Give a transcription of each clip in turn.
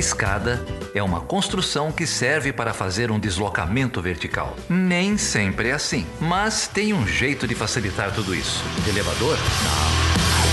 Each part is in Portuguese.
escada é uma construção que serve para fazer um deslocamento vertical. Nem sempre é assim, mas tem um jeito de facilitar tudo isso. De elevador? Não.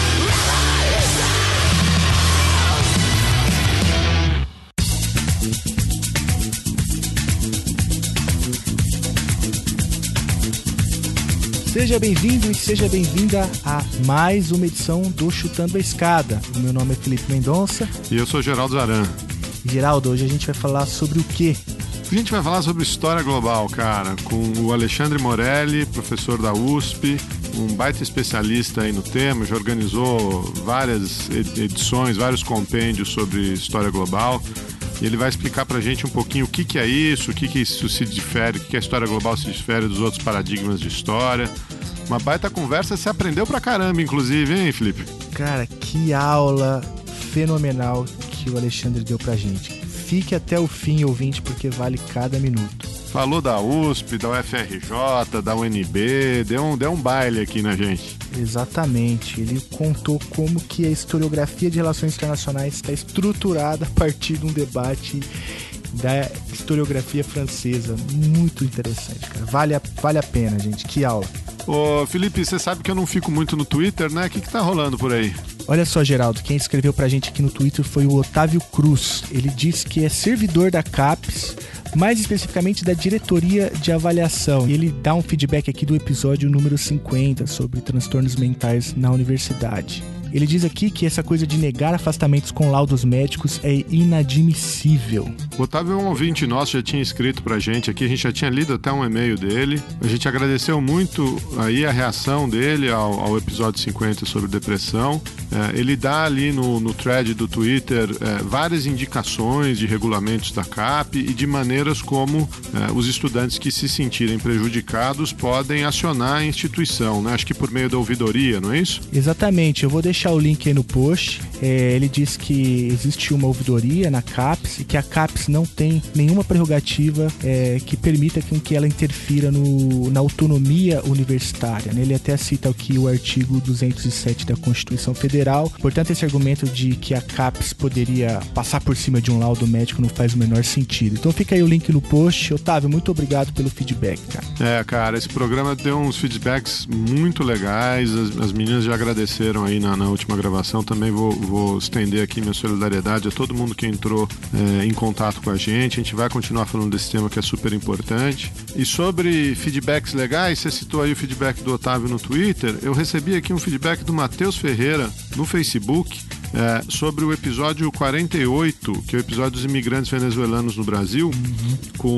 Seja bem-vindo e seja bem-vinda a mais uma edição do Chutando a Escada. O meu nome é Felipe Mendonça. E eu sou Geraldo Zaran. Geraldo, hoje a gente vai falar sobre o quê? A gente vai falar sobre história global, cara, com o Alexandre Morelli, professor da USP, um baita especialista aí no tema, já organizou várias edições, vários compêndios sobre história global. E ele vai explicar pra gente um pouquinho o que é isso, o que isso se difere, o que a história global se difere dos outros paradigmas de história. Uma baita conversa, você aprendeu pra caramba, inclusive, hein, Felipe? Cara, que aula fenomenal que o Alexandre deu pra gente. Fique até o fim, ouvinte, porque vale cada minuto. Falou da USP, da UFRJ, da UNB, deu um baile aqui na gente. Exatamente, ele contou como que a historiografia de relações internacionais está estruturada a partir de um debate da historiografia francesa. Muito interessante, cara. Vale a pena, gente. Que aula. Ô, Felipe, você sabe que eu não fico muito no Twitter, né? O que tá rolando por aí? Olha só, Geraldo, quem escreveu pra gente aqui no Twitter foi o Otávio Cruz. Ele diz que é servidor da CAPES, mais especificamente da diretoria de avaliação. E ele dá um feedback aqui do episódio número 50 sobre transtornos mentais na universidade. Ele diz aqui que essa coisa de negar afastamentos com laudos médicos é inadmissível. O Otávio é um ouvinte nosso, já tinha escrito pra gente aqui, a gente já tinha lido até um e-mail dele. A gente agradeceu muito aí a reação dele ao episódio 50 sobre depressão. Ele dá ali no thread do Twitter várias indicações de regulamentos da CAP e de maneiras como os estudantes que se sentirem prejudicados podem acionar a instituição, né? Acho que por meio da ouvidoria, não é isso? Exatamente, eu vou deixar o link aí no post. Ele diz que existe uma ouvidoria na CAPES e que a CAPES não tem nenhuma prerrogativa que permita que ela interfira na autonomia universitária, né? Ele até cita aqui o artigo 207 da Constituição Federal. Portanto, esse argumento de que a CAPES poderia passar por cima de um laudo médico não faz o menor sentido. Então fica aí o link no post. Otávio, muito obrigado pelo feedback, cara. Cara, esse programa deu uns feedbacks muito legais. As meninas já agradeceram aí na última gravação. Também vou estender aqui minha solidariedade a todo mundo que entrou em contato com a gente. A gente vai continuar falando desse tema que é super importante. E sobre feedbacks legais, você citou aí o feedback do Otávio no Twitter. Eu recebi aqui um feedback do Matheus Ferreira no Facebook sobre o episódio 48, que é o episódio dos imigrantes venezuelanos no Brasil, com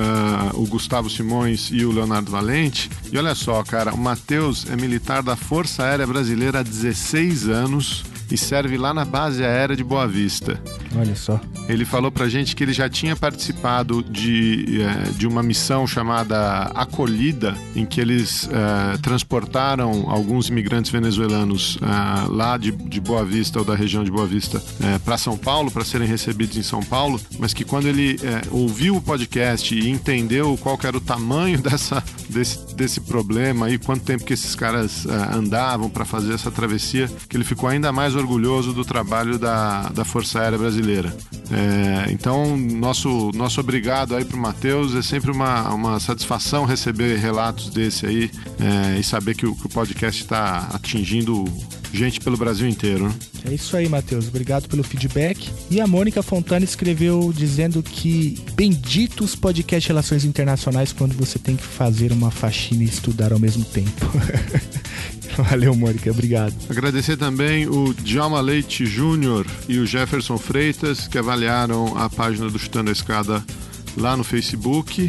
o Gustavo Simões e o Leonardo Valente. E olha só, cara, o Matheus é militar da Força Aérea Brasileira há 16 anos e serve lá na base aérea de Boa Vista. Olha só. Ele falou pra gente que ele já tinha participado de uma missão chamada Acolhida, em que eles transportaram alguns imigrantes venezuelanos lá de Boa Vista ou da região de Boa Vista para São Paulo, para serem recebidos em São Paulo, mas que quando ele ouviu o podcast e entendeu qual que era o tamanho desse problema e quanto tempo que esses caras andavam para fazer essa travessia, que ele ficou ainda mais orgulhoso do trabalho da Força Aérea Brasileira. Então, nosso obrigado aí pro Matheus. É sempre uma satisfação receber relatos desse aí e saber que o podcast está atingindo gente pelo Brasil inteiro, né? É isso aí, Matheus. Obrigado pelo feedback. E a Mônica Fontana escreveu dizendo que benditos podcast Relações Internacionais quando você tem que fazer uma faxina e estudar ao mesmo tempo. Valeu, Mônica. Obrigado. Agradecer também o Djalma Leite Júnior e o Jefferson Freitas, que avaliaram a página do Chutando a Escada lá no Facebook.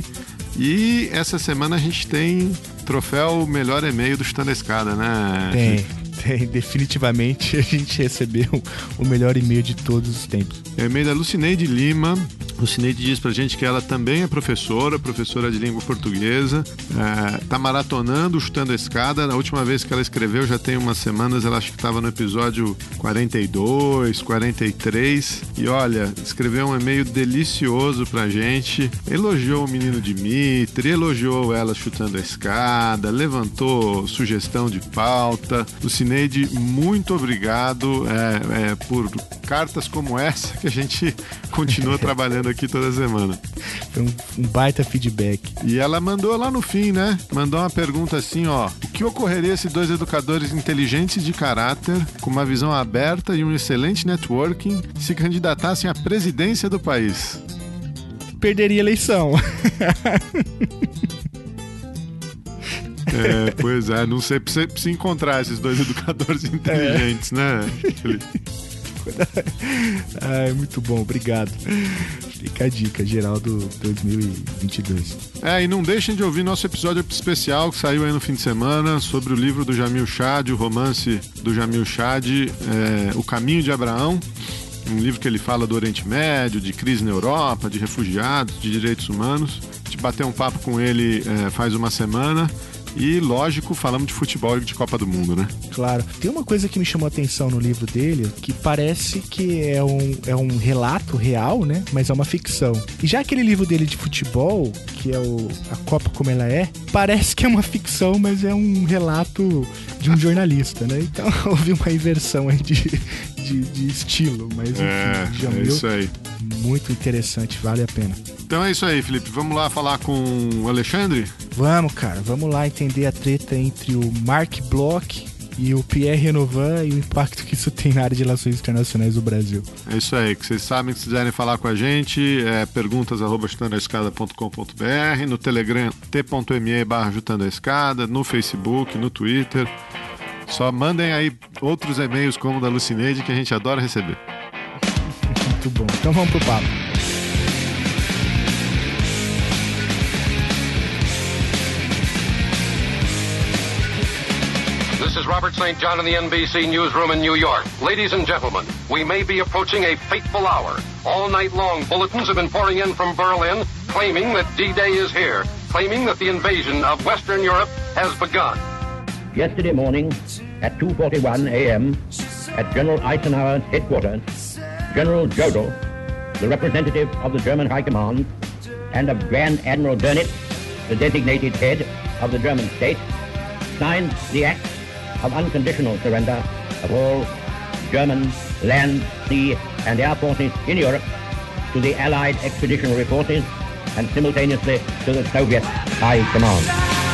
E essa semana a gente tem troféu melhor e-mail do Chutando a Escada, né? Tem, definitivamente a gente recebeu o melhor e-mail de todos os tempos. É o e-mail da Lucineide Lima. Lucineide diz pra gente que ela também é professora de língua portuguesa, tá maratonando o Chutando a Escada. Na última vez que ela escreveu, já tem umas semanas, ela acho que estava no episódio 42, 43, e olha, escreveu um e-mail delicioso pra gente, elogiou o menino Dimitri, elogiou ela chutando a escada, levantou sugestão de pauta. Lucineide Lucineide, muito obrigado por cartas como essa que a gente continua trabalhando aqui toda semana. Foi um baita feedback. E ela mandou lá no fim, né? Mandou uma pergunta assim, ó: o que ocorreria se 2 educadores inteligentes de caráter, com uma visão aberta e um excelente networking, se candidatassem à presidência do país? Perderia a eleição. Pois é, não sei, precisa encontrar esses 2 educadores inteligentes, né? Muito bom, obrigado. Fica a dica, Geraldo 2022. E não deixem de ouvir nosso episódio especial que saiu aí no fim de semana sobre o livro do Jamil Chad, o romance do Jamil Chad, O Caminho de Abraão. Um livro que ele fala do Oriente Médio, de crise na Europa, de refugiados, de direitos humanos. A gente bateu um papo com ele faz uma semana. E, lógico, falamos de futebol e de Copa do Mundo, né? Claro. Tem uma coisa que me chamou a atenção no livro dele, que parece que é um relato real, né? Mas é uma ficção. E já aquele livro dele de futebol, que é A Copa Como Ela É, parece que é uma ficção, mas é um relato de um jornalista, né? Então houve uma inversão aí de estilo. Mas enfim, Jamil, é isso aí. Muito interessante, vale a pena. Então é isso aí, Felipe. Vamos lá falar com o Alexandre? Vamos, cara. Vamos lá entender a treta entre o Mark Bloch e o Pierre Renovan e o impacto que isso tem na área de relações internacionais do Brasil. É isso aí. Que vocês sabem que se quiserem falar com a gente, perguntas@chutandoaescada.com.br, no Telegram t.me/chutandoaescada, no Facebook, no Twitter. Só mandem aí outros e-mails como o da Lucineide, que a gente adora receber. Muito bom. Então vamos pro papo. This is Robert St. John in the NBC newsroom in New York. Ladies and gentlemen, we may be approaching a fateful hour. All night long, bulletins have been pouring in from Berlin, claiming that D-Day is here, claiming that the invasion of Western Europe has begun. Yesterday morning, at 2:41 a.m., at General Eisenhower's headquarters, General Jodl, the representative of the German High Command, and of Grand Admiral Dönitz, the designated head of the German state, signed the act of unconditional surrender of all German land, sea, and air forces in Europe to the Allied Expeditionary Forces and simultaneously to the Soviet High Command.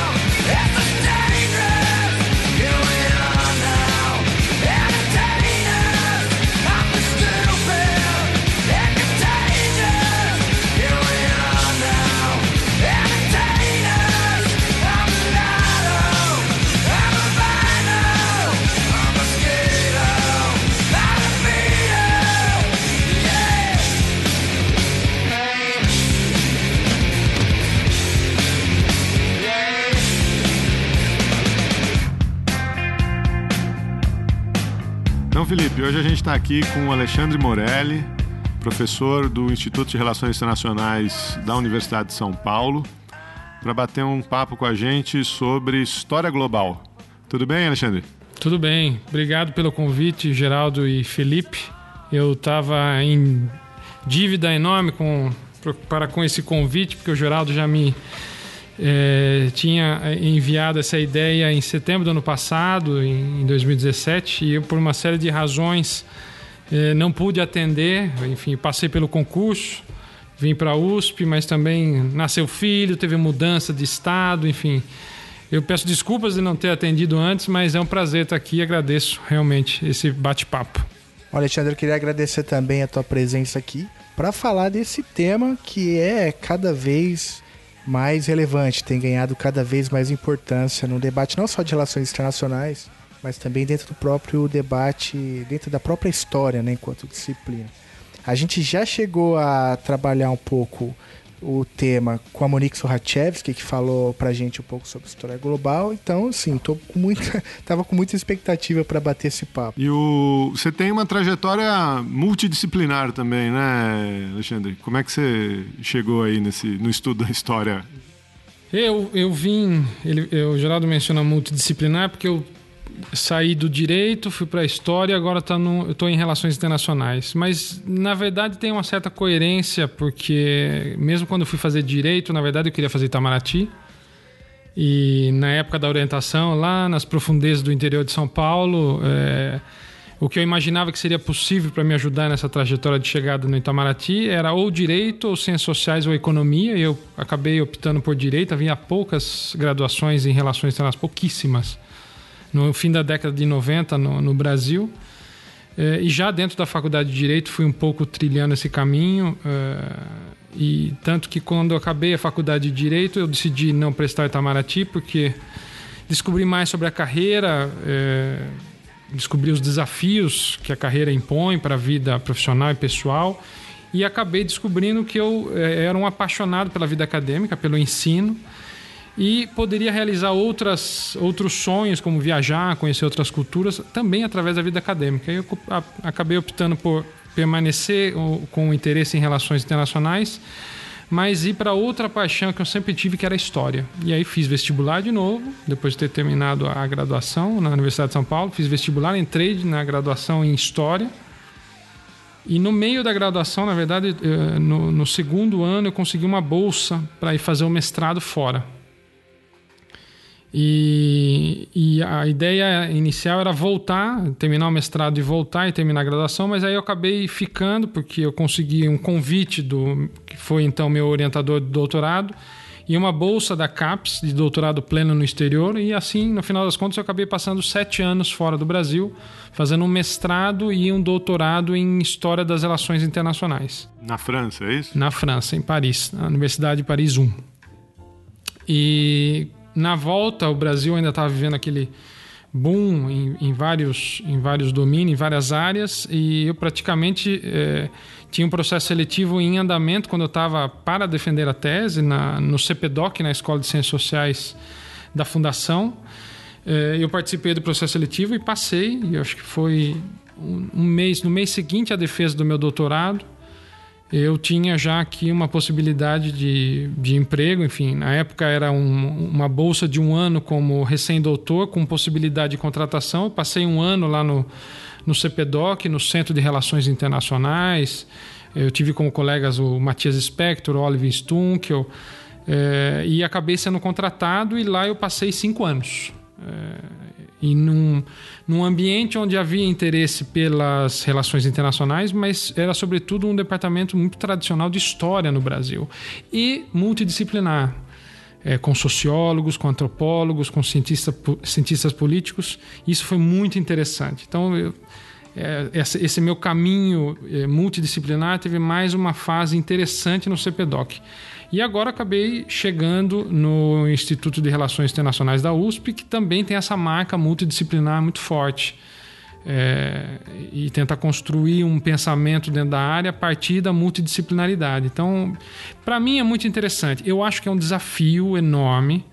Então, Felipe, hoje a gente está aqui com o Alexandre Morelli, professor do Instituto de Relações Internacionais da Universidade de São Paulo, para bater um papo com a gente sobre história global. Tudo bem, Alexandre? Tudo bem. Obrigado pelo convite, Geraldo e Felipe. Eu estava em dívida enorme com esse convite, porque o Geraldo já me tinha enviado essa ideia em setembro do ano passado, em 2017, e eu, por uma série de razões, não pude atender. Enfim, passei pelo concurso, vim para a USP, mas também nasceu filho, teve mudança de estado, enfim. Eu peço desculpas de não ter atendido antes, mas é um prazer estar aqui e agradeço realmente esse bate-papo. Alexandre, eu queria agradecer também a tua presença aqui para falar desse tema que é cada vez mais relevante, tem ganhado cada vez mais importância no debate não só de relações internacionais, mas também dentro do próprio debate, dentro da própria história, né, enquanto disciplina. A gente já chegou a trabalhar um pouco o tema com a Monique Sochachevsky, que falou pra gente um pouco sobre história global. Então, assim, tava com muita expectativa para bater esse papo. E você tem uma trajetória multidisciplinar também, né, Alexandre? Como é que você chegou aí no estudo da história? O Geraldo menciona multidisciplinar porque eu saí do direito, fui para a história e agora eu estou em relações internacionais. Mas, na verdade, tem uma certa coerência, porque mesmo quando eu fui fazer direito, na verdade eu queria fazer Itamaraty. E na época da orientação, lá nas profundezas do interior de São Paulo, o que eu imaginava que seria possível para me ajudar nessa trajetória de chegada no Itamaraty era ou direito, ou ciências sociais, ou economia. E eu acabei optando por direito. Havia poucas graduações em relações internacionais, pouquíssimas, no fim da década de 90 no Brasil. E já dentro da faculdade de Direito fui um pouco trilhando esse caminho, e tanto que quando eu acabei a faculdade de Direito eu decidi não prestar Itamaraty, porque descobri mais sobre a carreira, descobri os desafios que a carreira impõe para a vida profissional e pessoal, e acabei descobrindo que eu era um apaixonado pela vida acadêmica, pelo ensino, e poderia realizar outros sonhos, como viajar, conhecer outras culturas, também através da vida acadêmica. Eu acabei optando por permanecer com interesse em relações internacionais, mas ir para outra paixão que eu sempre tive, que era a história. E aí fiz vestibular de novo, depois de ter terminado a graduação na Universidade de São Paulo. Fiz vestibular, entrei na graduação em História. E no meio da graduação, na verdade, no segundo ano, eu consegui uma bolsa para ir fazer o mestrado fora. E a ideia inicial era voltar, terminar o mestrado e voltar e terminar a graduação, mas aí eu acabei ficando porque eu consegui um convite que foi então meu orientador de doutorado, e uma bolsa da CAPES de doutorado pleno no exterior, e assim, no final das contas, eu acabei passando 7 anos fora do Brasil, fazendo um mestrado e um doutorado em História das Relações Internacionais. Na França, é isso? Na França, em Paris, na Universidade de Paris 1. E na volta, o Brasil ainda estava vivendo aquele boom em vários domínios, em várias áreas, e eu praticamente tinha um processo seletivo em andamento quando eu estava para defender a tese no CPDOC, na Escola de Ciências Sociais da Fundação. Eu participei do processo seletivo e passei, e acho que foi no mês seguinte à defesa do meu doutorado. Eu tinha já aqui uma possibilidade de emprego, enfim, na época era uma bolsa de 1 ano como recém-doutor, com possibilidade de contratação. Eu passei 1 ano lá no CPDOC, no Centro de Relações Internacionais. Eu tive como colegas o Matias Spector, o Oliver Stunkel, e acabei sendo contratado, e lá eu passei 5 anos. E num ambiente onde havia interesse pelas relações internacionais, mas era sobretudo um departamento muito tradicional de história no Brasil e multidisciplinar, com sociólogos, com antropólogos, com cientistas políticos. Isso foi muito interessante. Então, esse meu caminho multidisciplinar teve mais uma fase interessante no CPDOC. E agora acabei chegando no Instituto de Relações Internacionais da USP, que também tem essa marca multidisciplinar muito forte. E tenta construir um pensamento dentro da área a partir da multidisciplinaridade. Então, para mim é muito interessante. Eu acho que é um desafio enorme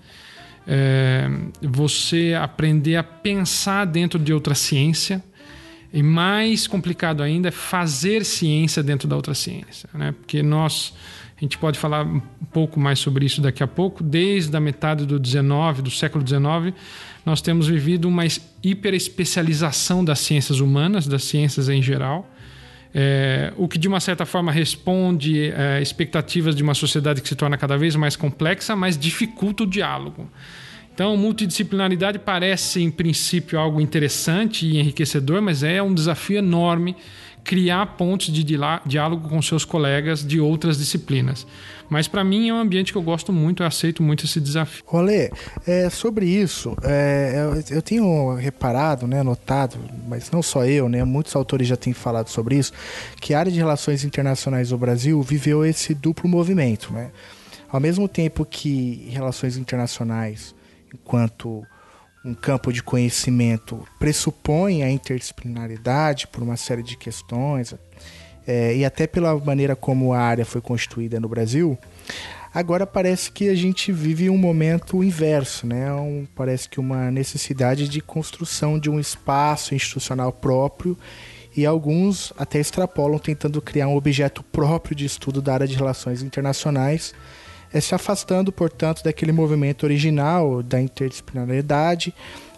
você aprender a pensar dentro de outra ciência. E mais complicado ainda é fazer ciência dentro da outra ciência, né? Porque a gente pode falar um pouco mais sobre isso daqui a pouco. Desde a metade do século XIX, nós temos vivido uma hiperespecialização das ciências humanas, das ciências em geral, o que de uma certa forma responde a expectativas de uma sociedade que se torna cada vez mais complexa, mas dificulta o diálogo. Então, multidisciplinaridade parece, em princípio, algo interessante e enriquecedor, mas é um desafio enorme criar pontos de diálogo com seus colegas de outras disciplinas. Mas, para mim, é um ambiente que eu gosto muito, eu aceito muito esse desafio. Olê, sobre isso, eu tenho reparado, né, notado, mas não só eu, né, muitos autores já têm falado sobre isso, que a área de relações internacionais do Brasil viveu esse duplo movimento, né? Ao mesmo tempo que relações internacionais, enquanto um campo de conhecimento, pressupõe a interdisciplinaridade por uma série de questões, e até pela maneira como a área foi constituída no Brasil, agora parece que a gente vive um momento inverso, né? Parece que uma necessidade de construção de um espaço institucional próprio, e alguns até extrapolam tentando criar um objeto próprio de estudo da área de relações internacionais, se afastando, portanto, daquele movimento original da interdisciplinaridade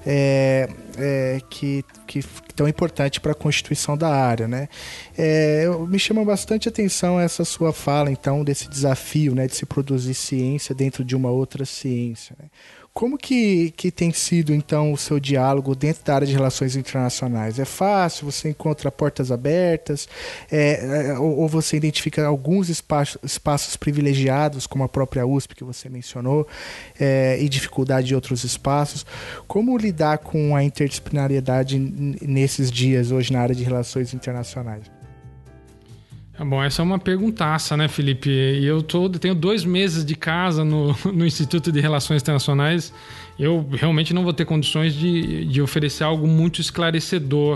que é tão importante para a constituição da área, né? Me chama bastante atenção essa sua fala, então, desse desafio, né, de se produzir ciência dentro de uma outra ciência, né? Como que tem sido, então, o seu diálogo dentro da área de relações internacionais? É fácil? Você encontra portas abertas? Ou você identifica alguns espaços privilegiados, como a própria USP que você mencionou, e dificuldade de outros espaços? Como lidar com a interdisciplinariedade nesses dias, hoje, na área de relações internacionais? Bom, essa é uma perguntaça, né, Felipe? E eu tenho 2 meses de casa no Instituto de Relações Internacionais. Eu realmente não vou ter condições de oferecer algo muito esclarecedor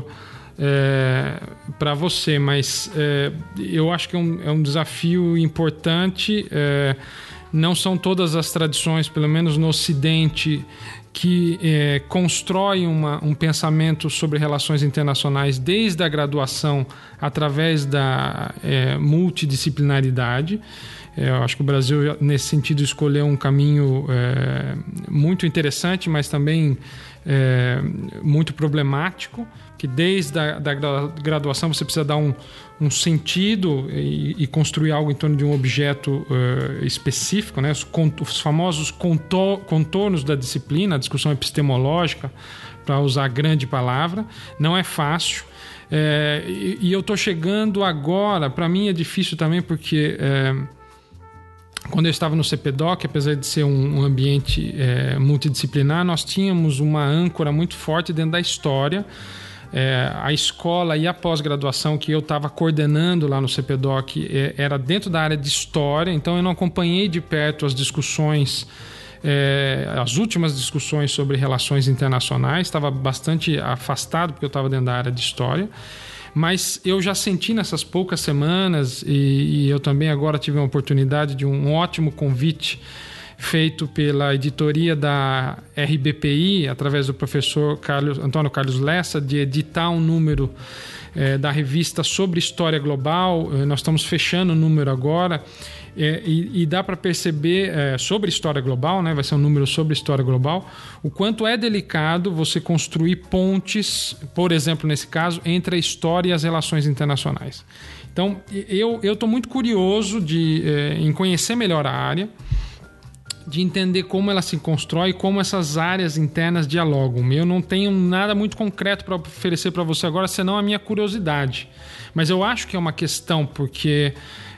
para você, mas eu acho que é um desafio importante. Não são todas as tradições, pelo menos no Ocidente, que constroem um pensamento sobre relações internacionais desde a graduação através da multidisciplinaridade. Eu acho que o Brasil, nesse sentido, escolheu um caminho muito interessante, mas também muito problemático, que desde a graduação você precisa dar um sentido e construir algo em torno de um objeto específico, né? Os famosos contornos da disciplina, a discussão epistemológica, para usar a grande palavra. Não é fácil. E eu estou chegando agora, para mim é difícil também porque... Quando eu estava no CPDOC, apesar de ser um ambiente multidisciplinar, nós tínhamos uma âncora muito forte dentro da história. A escola e a pós-graduação que eu estava coordenando lá no CPDOC era dentro da área de história, então eu não acompanhei de perto as discussões, as últimas discussões sobre relações internacionais, estava bastante afastado porque eu estava dentro da área de história. Mas eu já senti nessas poucas semanas, e eu também agora tive a oportunidade de um ótimo convite feito pela editoria da RBPI, através do professor Antônio Carlos Lessa, de editar um número da revista sobre história global. Nós estamos fechando o número agora, e dá para perceber sobre história global, né? Vai ser um número sobre história global, o quanto é delicado você construir pontes, por exemplo, nesse caso, entre a história e as relações internacionais. Então, eu estou muito curioso em conhecer melhor a área, de entender como ela se constrói, como essas áreas internas dialogam. Eu não tenho nada muito concreto para oferecer para você agora, senão a minha curiosidade. Mas eu acho que é uma questão, porque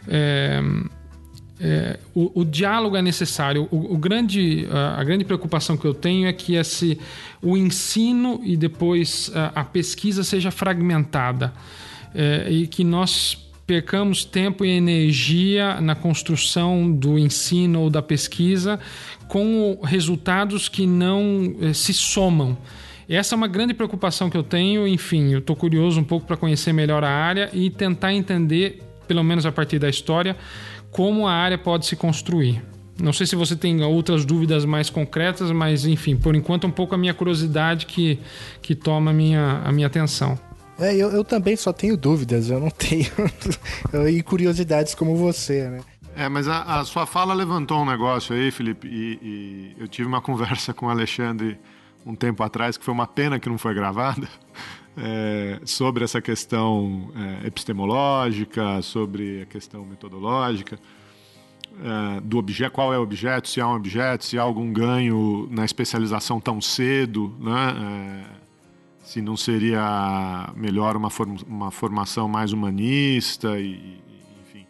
o diálogo é necessário. A grande preocupação que eu tenho é que o ensino e depois a pesquisa seja fragmentada, e que nós percamos tempo e energia na construção do ensino ou da pesquisa com resultados que não se somam. Essa é uma grande preocupação que eu tenho. Enfim, eu estou curioso um pouco para conhecer melhor a área e tentar entender, pelo menos a partir da história, como a área pode se construir. Não sei se você tem outras dúvidas mais concretas, mas, enfim, por enquanto é um pouco a minha curiosidade que toma a minha atenção. Eu também só tenho dúvidas, eu não tenho e curiosidades como você, né? Mas a sua fala levantou um negócio aí, Felipe, e eu tive uma conversa com o Alexandre um tempo atrás, que foi uma pena que não foi gravada, sobre essa questão epistemológica, sobre a questão metodológica, do objeto, qual é o objeto, se há um objeto, se há algum ganho na especialização tão cedo, né? Se não seria melhor uma formação mais humanista, enfim.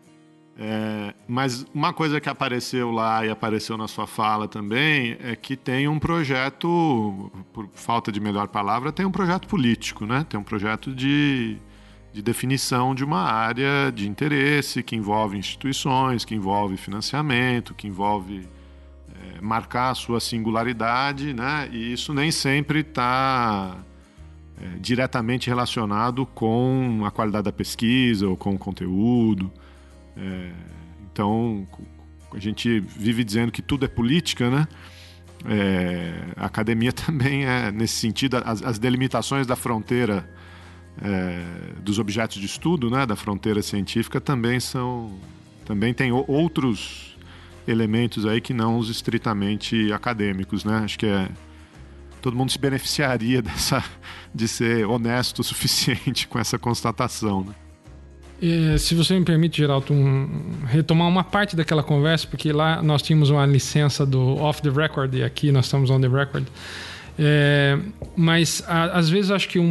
Mas uma coisa que apareceu lá e apareceu na sua fala também é que tem um projeto, por falta de melhor palavra, tem um projeto político, né? Tem um projeto de definição de uma área de interesse que envolve instituições, que envolve financiamento, que envolve marcar a sua singularidade, né? E isso nem sempre está diretamente relacionado com a qualidade da pesquisa ou com o conteúdo. Então, a gente vive dizendo que tudo é política, né? A academia também nesse sentido, as delimitações da fronteira dos objetos de estudo, né, da fronteira científica também tem outros elementos aí que não os estritamente acadêmicos, né? Acho que todo mundo se beneficiaria de ser honesto o suficiente com essa constatação, né? Se você me permite, Geraldo, retomar uma parte daquela conversa, porque lá nós tínhamos uma licença do off the record e aqui nós estamos on the record. Mas às vezes acho que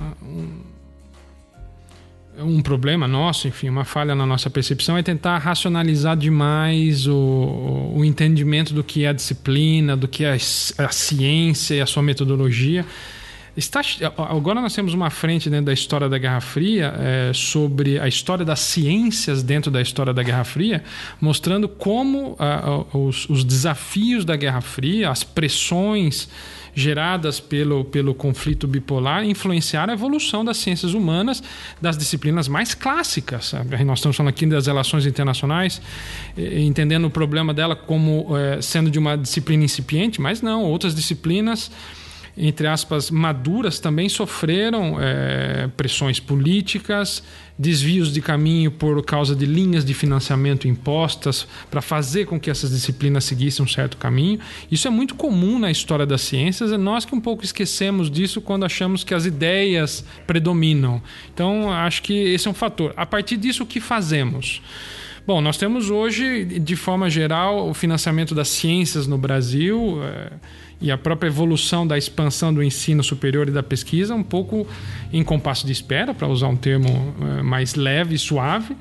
um problema nosso, enfim, uma falha na nossa percepção é tentar racionalizar demais o entendimento do que é a disciplina, do que é a ciência e a sua metodologia. Agora nós temos uma frente dentro da história da Guerra Fria sobre a história das ciências dentro da história da Guerra Fria, mostrando como os desafios da Guerra Fria, as pressões geradas pelo conflito bipolar influenciaram a evolução das ciências humanas, das disciplinas mais clássicas. Sabe? Nós estamos falando aqui das relações internacionais, entendendo o problema dela como sendo de uma disciplina incipiente, mas não, outras disciplinas, entre aspas, maduras, também sofreram pressões políticas, desvios de caminho por causa de linhas de financiamento impostas para fazer com que essas disciplinas seguissem um certo caminho. Isso é muito comum na história das ciências, é nós que um pouco esquecemos disso quando achamos que as ideias predominam. Então, acho que esse é um fator. A partir disso, o que fazemos? Bom, nós temos hoje, de forma geral, o financiamento das ciências no Brasil e a própria evolução da expansão do ensino superior e da pesquisa um pouco em compasso de espera, para usar um termo mais leve e suave.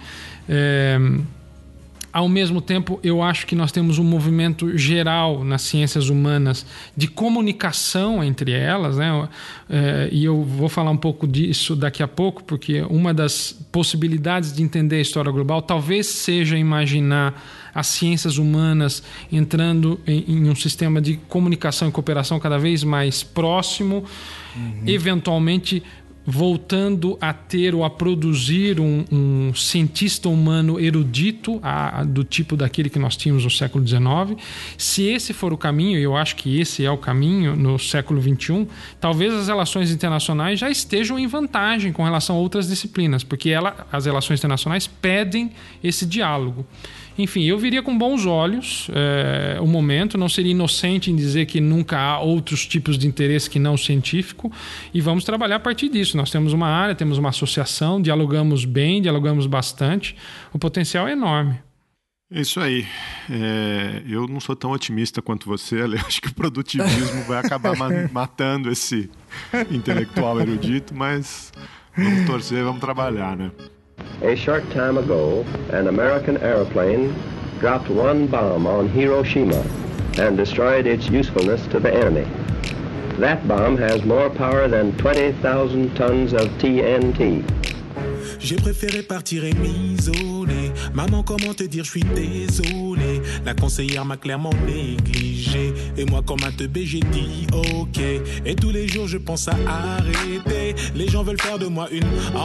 Ao mesmo tempo, eu acho que nós temos um movimento geral nas ciências humanas de comunicação entre elas, né? E eu vou falar um pouco disso daqui a pouco, porque uma das possibilidades de entender a história global talvez seja imaginar as ciências humanas entrando em um sistema de comunicação e cooperação cada vez mais próximo, eventualmente voltando a ter ou a produzir um cientista humano erudito do tipo daquele que nós tínhamos no século XIX. Se esse for o caminho, e eu acho que esse é o caminho no século XXI, talvez as relações internacionais já estejam em vantagem com relação a outras disciplinas, porque as relações internacionais pedem esse diálogo. Enfim, eu viria com bons olhos o momento, não seria inocente em dizer que nunca há outros tipos de interesse que não científico, e vamos trabalhar a partir disso. Nós temos uma área, temos uma associação, dialogamos bem, dialogamos bastante, o potencial é enorme. É isso aí. Eu não sou tão otimista quanto você, Ale. Acho que o produtivismo vai acabar matando esse intelectual erudito, mas vamos torcer, vamos trabalhar, né? A short time ago, an American airplane dropped one bomb on Hiroshima and destroyed its usefulness to the enemy. That bomb has more power than 20,000 tons of TNT. J'ai préféré partir et m'isoler. Maman, comment te dire, je suis désolé. La conseillère m'a clairement négligé. Et moi, comme un teubé, j'ai dit ok. Et tous les jours, je pense à arrêter. Les gens veulent faire de moi une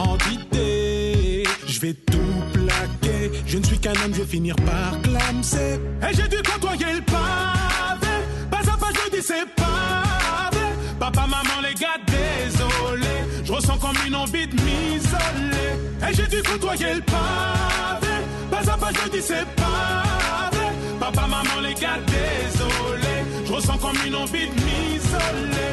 entité. Je vais tout plaquer. Je ne suis qu'un homme, je vais finir par clamser. Et j'ai dû côtoyer le pavé. Pas à pas, je dis c'est pas vrai. Papa, maman, les gars, désolé. Je ressens comme une envie de m'isoler. Et j'ai dû côtoyer le pavé. Pas à pas, je dis c'est pas vrai. Papa, maman, les gars, désolé. Je ressens comme une envie de m'isoler.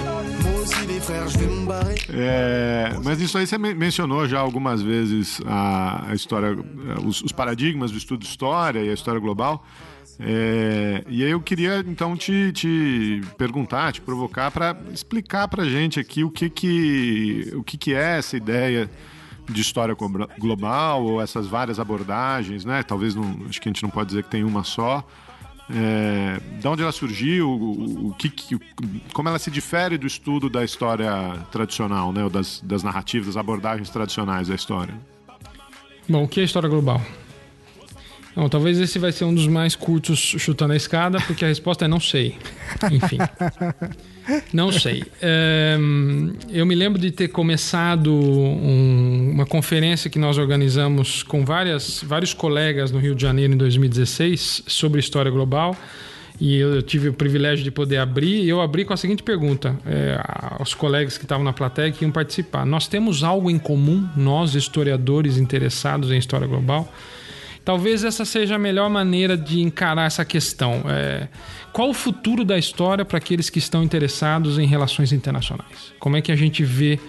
Mas isso aí você mencionou já algumas vezes a história, os paradigmas do estudo de história e a história global. E aí eu queria então te perguntar, te provocar para explicar para a gente aqui o que é essa ideia de história global, ou essas várias abordagens, né? Talvez acho que a gente não pode dizer que tem uma só. De onde ela surgiu, como ela se difere do estudo da história tradicional, né? Ou das narrativas, das abordagens tradicionais da história. Bom, o que é história global? Não, talvez esse vai ser um dos mais curtos chutando a escada, porque a resposta é não sei. Enfim, não sei. Eu me lembro de ter começado uma conferência que nós organizamos com vários colegas no Rio de Janeiro em 2016 sobre história global, e eu tive o privilégio de poder abrir, e eu abri com a seguinte pergunta aos colegas que estavam na plateia e que iam participar. Nós temos algo em comum, nós historiadores interessados em história global? Talvez essa seja a melhor maneira de encarar essa questão. Qual o futuro da história para aqueles que estão interessados em relações internacionais? Como é que a gente vê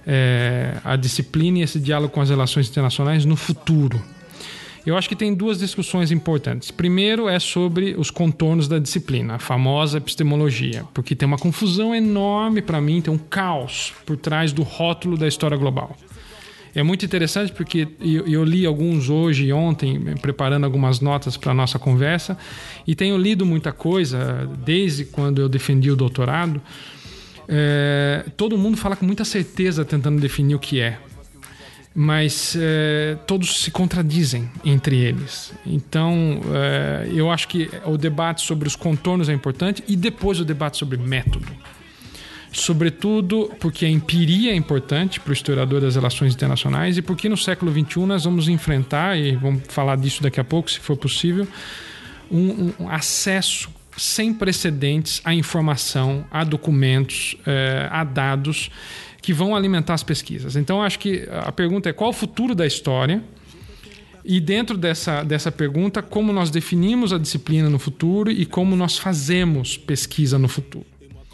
a disciplina e esse diálogo com as relações internacionais no futuro. Eu acho que tem duas discussões importantes. Primeiro é sobre os contornos da disciplina, a famosa epistemologia, porque tem uma confusão enorme para mim, tem um caos por trás do rótulo da história global. É muito interessante porque eu li alguns hoje e ontem, preparando algumas notas para a nossa conversa, e tenho lido muita coisa desde quando eu defendi o doutorado. Todo mundo fala com muita certeza tentando definir o que é. Mas todos se contradizem entre eles. Então, eu acho que o debate sobre os contornos é importante e depois o debate sobre método. Sobretudo porque a empiria é importante para o historiador das relações internacionais e porque no século XXI nós vamos enfrentar, e vamos falar disso daqui a pouco, se for possível, um acesso sem precedentes à informação, a documentos, a dados que vão alimentar as pesquisas. Então, acho que a pergunta é qual o futuro da história? E dentro dessa pergunta, como nós definimos a disciplina no futuro e como nós fazemos pesquisa no futuro.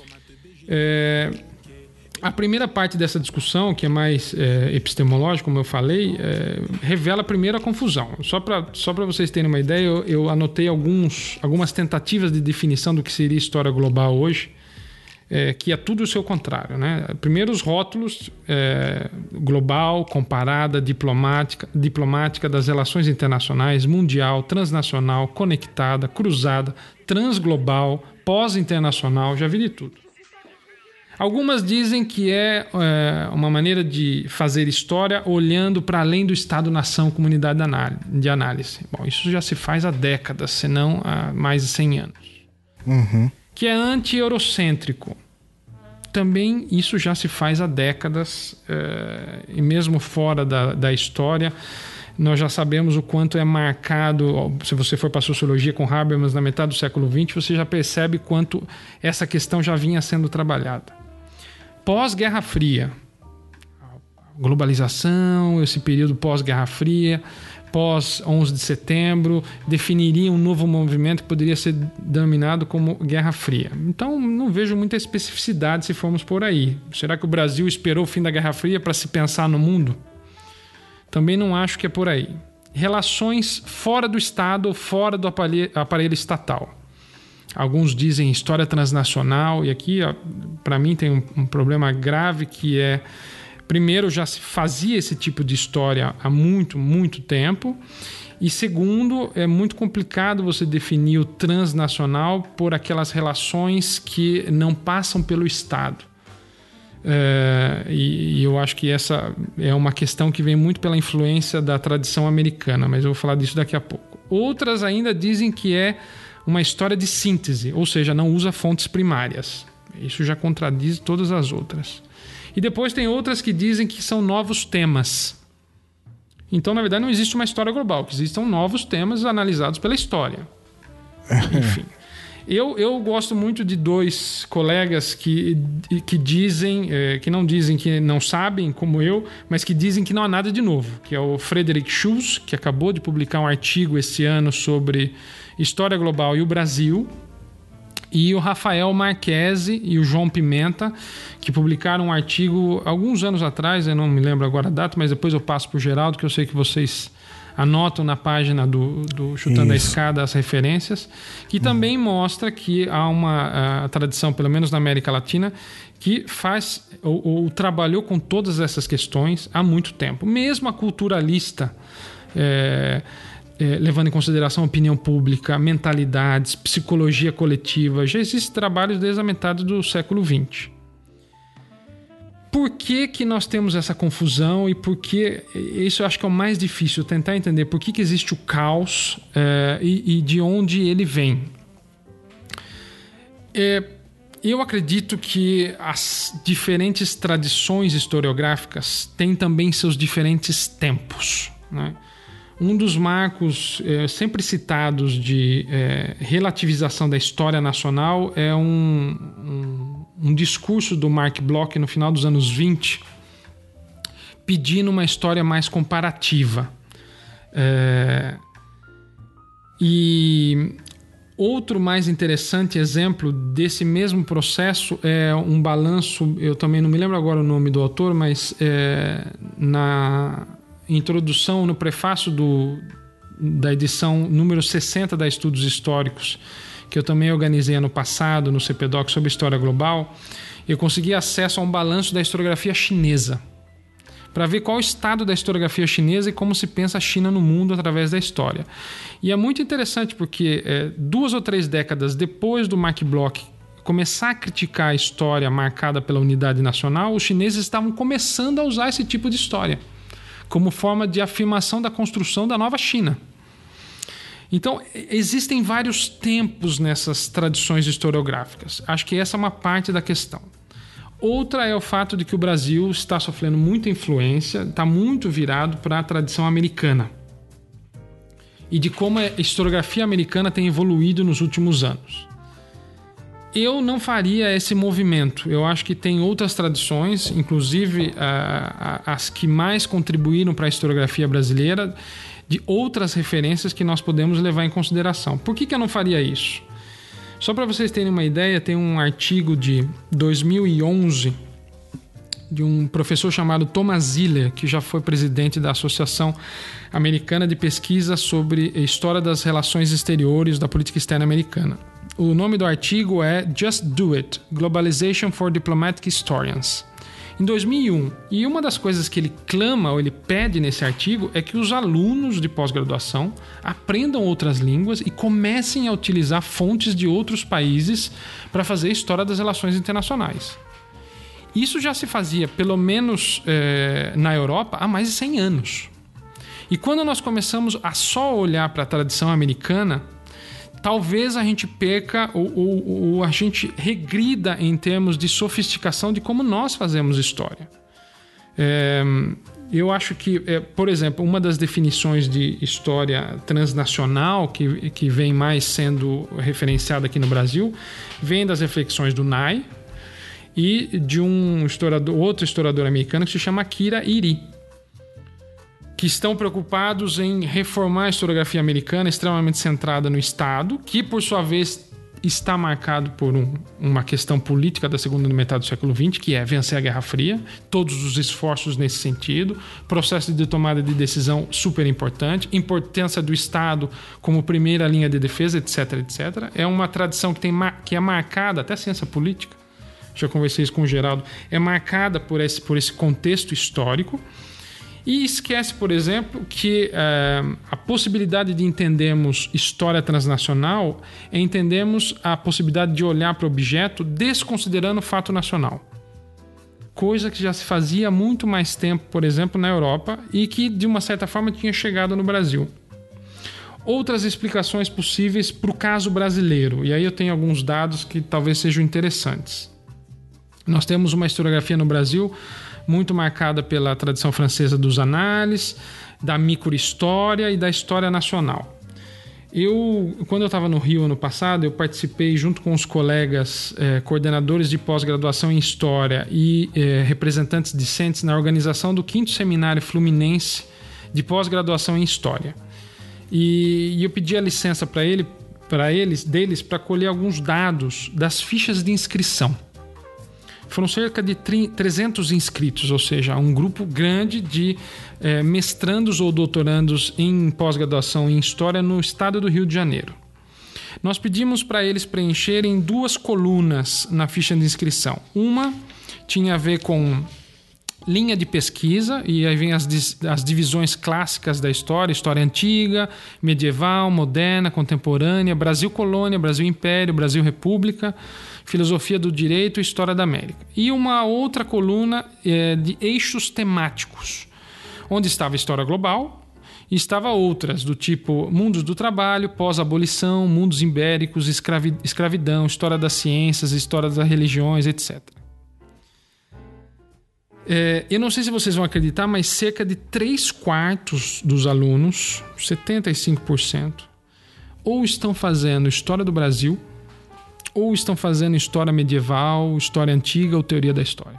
A primeira parte dessa discussão, que é mais epistemológica, como eu falei, revela primeiro a confusão. Só para vocês terem uma ideia, eu anotei algumas tentativas de definição do que seria história global hoje, que é tudo o seu contrário, né? Primeiro os rótulos, global, comparada, diplomática das relações internacionais, mundial, transnacional, conectada, cruzada, transglobal, pós-internacional, já vi de tudo. Algumas dizem que é uma maneira de fazer história olhando para além do Estado-nação, comunidade de análise. Bom, isso já se faz há décadas, se não há mais de 100 anos. Uhum. Que é anti-eurocêntrico. Também isso já se faz há décadas, e mesmo fora da história, nós já sabemos o quanto é marcado. Se você for para a sociologia com Habermas na metade do século XX, você já percebe quanto essa questão já vinha sendo trabalhada. Pós-Guerra Fria, globalização, esse período pós-Guerra Fria, pós-11 de setembro, definiria um novo movimento que poderia ser denominado como Guerra Fria. Então, não vejo muita especificidade se formos por aí. Será que o Brasil esperou o fim da Guerra Fria para se pensar no mundo? Também não acho que é por aí. Relações fora do Estado ou fora do aparelho estatal. Alguns dizem história transnacional, e aqui, para mim, tem um problema grave que é... Primeiro, já se fazia esse tipo de história há muito, muito tempo. E segundo, é muito complicado você definir o transnacional por aquelas relações que não passam pelo Estado. E eu acho que essa é uma questão que vem muito pela influência da tradição americana, mas eu vou falar disso daqui a pouco. Outras ainda dizem que é uma história de síntese, ou seja, não usa fontes primárias. Isso já contradiz todas as outras. E depois tem outras que dizem que são novos temas. Então, na verdade, não existe uma história global, que existam novos temas analisados pela história. Enfim. Eu gosto muito de dois colegas que dizem, que não dizem que não sabem, como eu, mas que dizem que não há nada de novo, que é o Frederick Schultz, que acabou de publicar um artigo esse ano sobre história global e o Brasil, e o Rafael Marchese e o João Pimenta, que publicaram um artigo alguns anos atrás, eu não me lembro agora a data, mas depois eu passo para o Geraldo, que eu sei que vocês anotam na página do Chutando a Escada as referências, que também mostra que há uma tradição, pelo menos na América Latina, que faz ou trabalhou com todas essas questões há muito tempo. Mesmo a culturalista, levando em consideração a opinião pública, mentalidades, psicologia coletiva, já existem trabalhos desde a metade do século XX. Por que nós temos essa confusão e por que... Isso eu acho que é o mais difícil, tentar entender por que existe o caos e de onde ele vem. Eu acredito que as diferentes tradições historiográficas têm também seus diferentes tempos, né? Um dos marcos sempre citados de relativização da história nacional é um discurso do Mark Bloch no final dos anos 20, pedindo uma história mais comparativa. E Outro mais interessante exemplo desse mesmo processo é um balanço, eu também não me lembro agora o nome do autor, mas na introdução, no prefácio da edição número 60 da Estudos Históricos, que eu também organizei ano passado no CPDOC sobre História Global, eu consegui acesso a um balanço da historiografia chinesa, para ver qual é o estado da historiografia chinesa e como se pensa a China no mundo através da história. E é muito interessante porque 2 ou 3 décadas depois do Mark Bloch começar a criticar a história marcada pela unidade nacional, os chineses estavam começando a usar esse tipo de história como forma de afirmação da construção da nova China. Então, existem vários tempos nessas tradições historiográficas. Acho que essa é uma parte da questão. Outra é o fato de que o Brasil está sofrendo muita influência, está muito virado para a tradição americana. E de como a historiografia americana tem evoluído nos últimos anos. Eu não faria esse movimento. Eu acho que tem outras tradições, inclusive as que mais contribuíram para a historiografia brasileira, de outras referências que nós podemos levar em consideração. Por que eu não faria isso? Só para vocês terem uma ideia, tem um artigo de 2011 de um professor chamado Thomas Ziller, que já foi presidente da Associação Americana de Pesquisa sobre História das Relações Exteriores da Política Externa Americana. O nome do artigo é Just Do It, Globalization for Diplomatic Historians, em 2001. E uma das coisas que ele clama, ou ele pede nesse artigo, é que os alunos de pós-graduação aprendam outras línguas e comecem a utilizar fontes de outros países para fazer história das relações internacionais. Isso já se fazia, pelo menos na Europa, há mais de 100 anos. E quando nós começamos a só olhar para a tradição americana, talvez a gente perca ou a gente regrida em termos de sofisticação de como nós fazemos história. Eu acho que, por exemplo, uma das definições de história transnacional que vem mais sendo referenciada aqui no Brasil vem das reflexões do Nye e de outro historiador americano que se chama Kira Iri, que estão preocupados em reformar a historiografia americana extremamente centrada no Estado, que, por sua vez, está marcado por uma questão política da segunda metade do século XX, que é vencer a Guerra Fria, todos os esforços nesse sentido, processo de tomada de decisão super importante, importância do Estado como primeira linha de defesa, etc, etc. É uma tradição que é marcada, até a ciência política, já conversei isso com o Geraldo, é marcada por esse contexto histórico. E esquece, por exemplo, que a possibilidade de entendermos história transnacional é entendermos a possibilidade de olhar para o objeto desconsiderando o fato nacional. Coisa que já se fazia há muito mais tempo, por exemplo, na Europa e que, de uma certa forma, tinha chegado no Brasil. Outras explicações possíveis para o caso brasileiro, e aí eu tenho alguns dados que talvez sejam interessantes. Nós temos uma historiografia no Brasil muito marcada pela tradição francesa dos análises, da microhistória e da história nacional. Quando eu estava no Rio ano passado, eu participei junto com os colegas coordenadores de pós-graduação em História e representantes discentes na organização do 5º Seminário Fluminense de Pós-Graduação em História. E eu pedi a licença deles para colher alguns dados das fichas de inscrição. Foram cerca de 300 inscritos, ou seja, um grupo grande de mestrandos ou doutorandos em pós-graduação em História no estado do Rio de Janeiro. Nós pedimos para eles preencherem 2 colunas na ficha de inscrição. Uma tinha a ver com linha de pesquisa, e aí vem as divisões clássicas da história: história antiga, medieval, moderna, contemporânea, Brasil colônia, Brasil império, Brasil república, filosofia do direito e história da América. E uma outra coluna de eixos temáticos, onde estava história global e estava outras do tipo mundos do trabalho, pós-abolição, mundos ibéricos, escravidão, história das ciências, história das religiões, etc. Eu não sei se vocês vão acreditar, mas cerca de 3/4 dos alunos, 75%, ou estão fazendo história do Brasil, ou estão fazendo história medieval, história antiga ou teoria da história.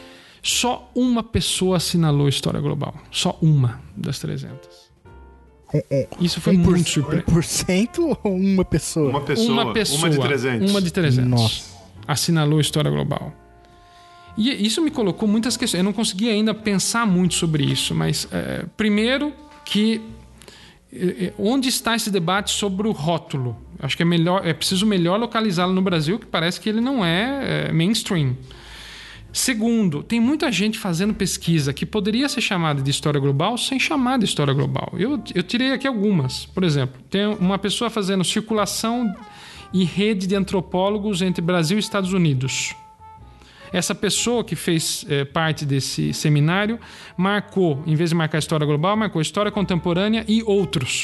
Só uma pessoa assinalou história global. Só uma das 300. Isso foi muito surpreendente. 1% ou uma pessoa? Uma pessoa. Uma de 300. Uma de 300. Nossa. Assinalou a história global. E isso me colocou muitas questões. Eu não consegui ainda pensar muito sobre isso, mas primeiro que onde está esse debate sobre o rótulo? Acho que é preciso melhor localizá-lo no Brasil, que parece que ele não é mainstream. Segundo, tem muita gente fazendo pesquisa que poderia ser chamada de história global sem chamar de história global. Eu tirei aqui algumas. Por exemplo, tem uma pessoa fazendo circulação e rede de antropólogos entre Brasil e Estados Unidos. Essa pessoa que fez parte desse seminário marcou, em vez de marcar história global, marcou história contemporânea e outros.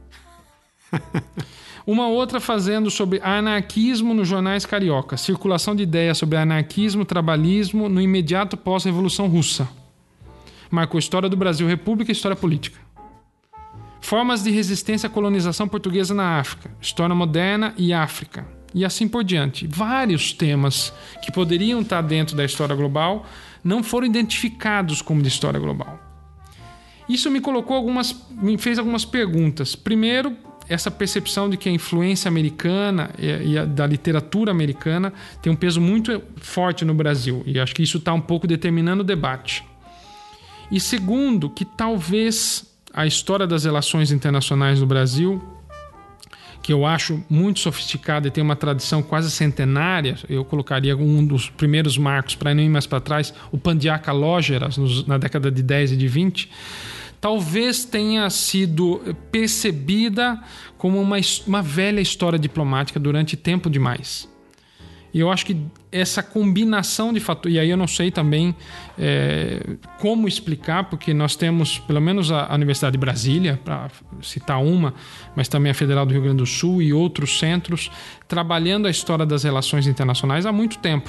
Uma outra fazendo sobre anarquismo nos jornais carioca, circulação de ideias sobre anarquismo, trabalhismo no imediato pós-revolução russa. Marcou história do Brasil, República e história política. Formas de resistência à colonização portuguesa na África, história moderna e África. E assim por diante. Vários temas que poderiam estar dentro da história global não foram identificados como de história global. Isso me fez algumas perguntas. Primeiro, essa percepção de que a influência americana e da literatura americana tem um peso muito forte no Brasil. E acho que isso está um pouco determinando o debate. E segundo, que talvez a história das relações internacionais no Brasil, que eu acho muito sofisticada e tem uma tradição quase centenária, eu colocaria um dos primeiros marcos, para não ir mais para trás, o Pandiaca Lógeras, na década de 10 e de 20, talvez tenha sido percebida como uma velha história diplomática durante tempo demais. E eu acho que essa combinação de fatores... E aí eu não sei também como explicar, porque nós temos, pelo menos a Universidade de Brasília, para citar uma, mas também a Federal do Rio Grande do Sul e outros centros, trabalhando a história das relações internacionais há muito tempo.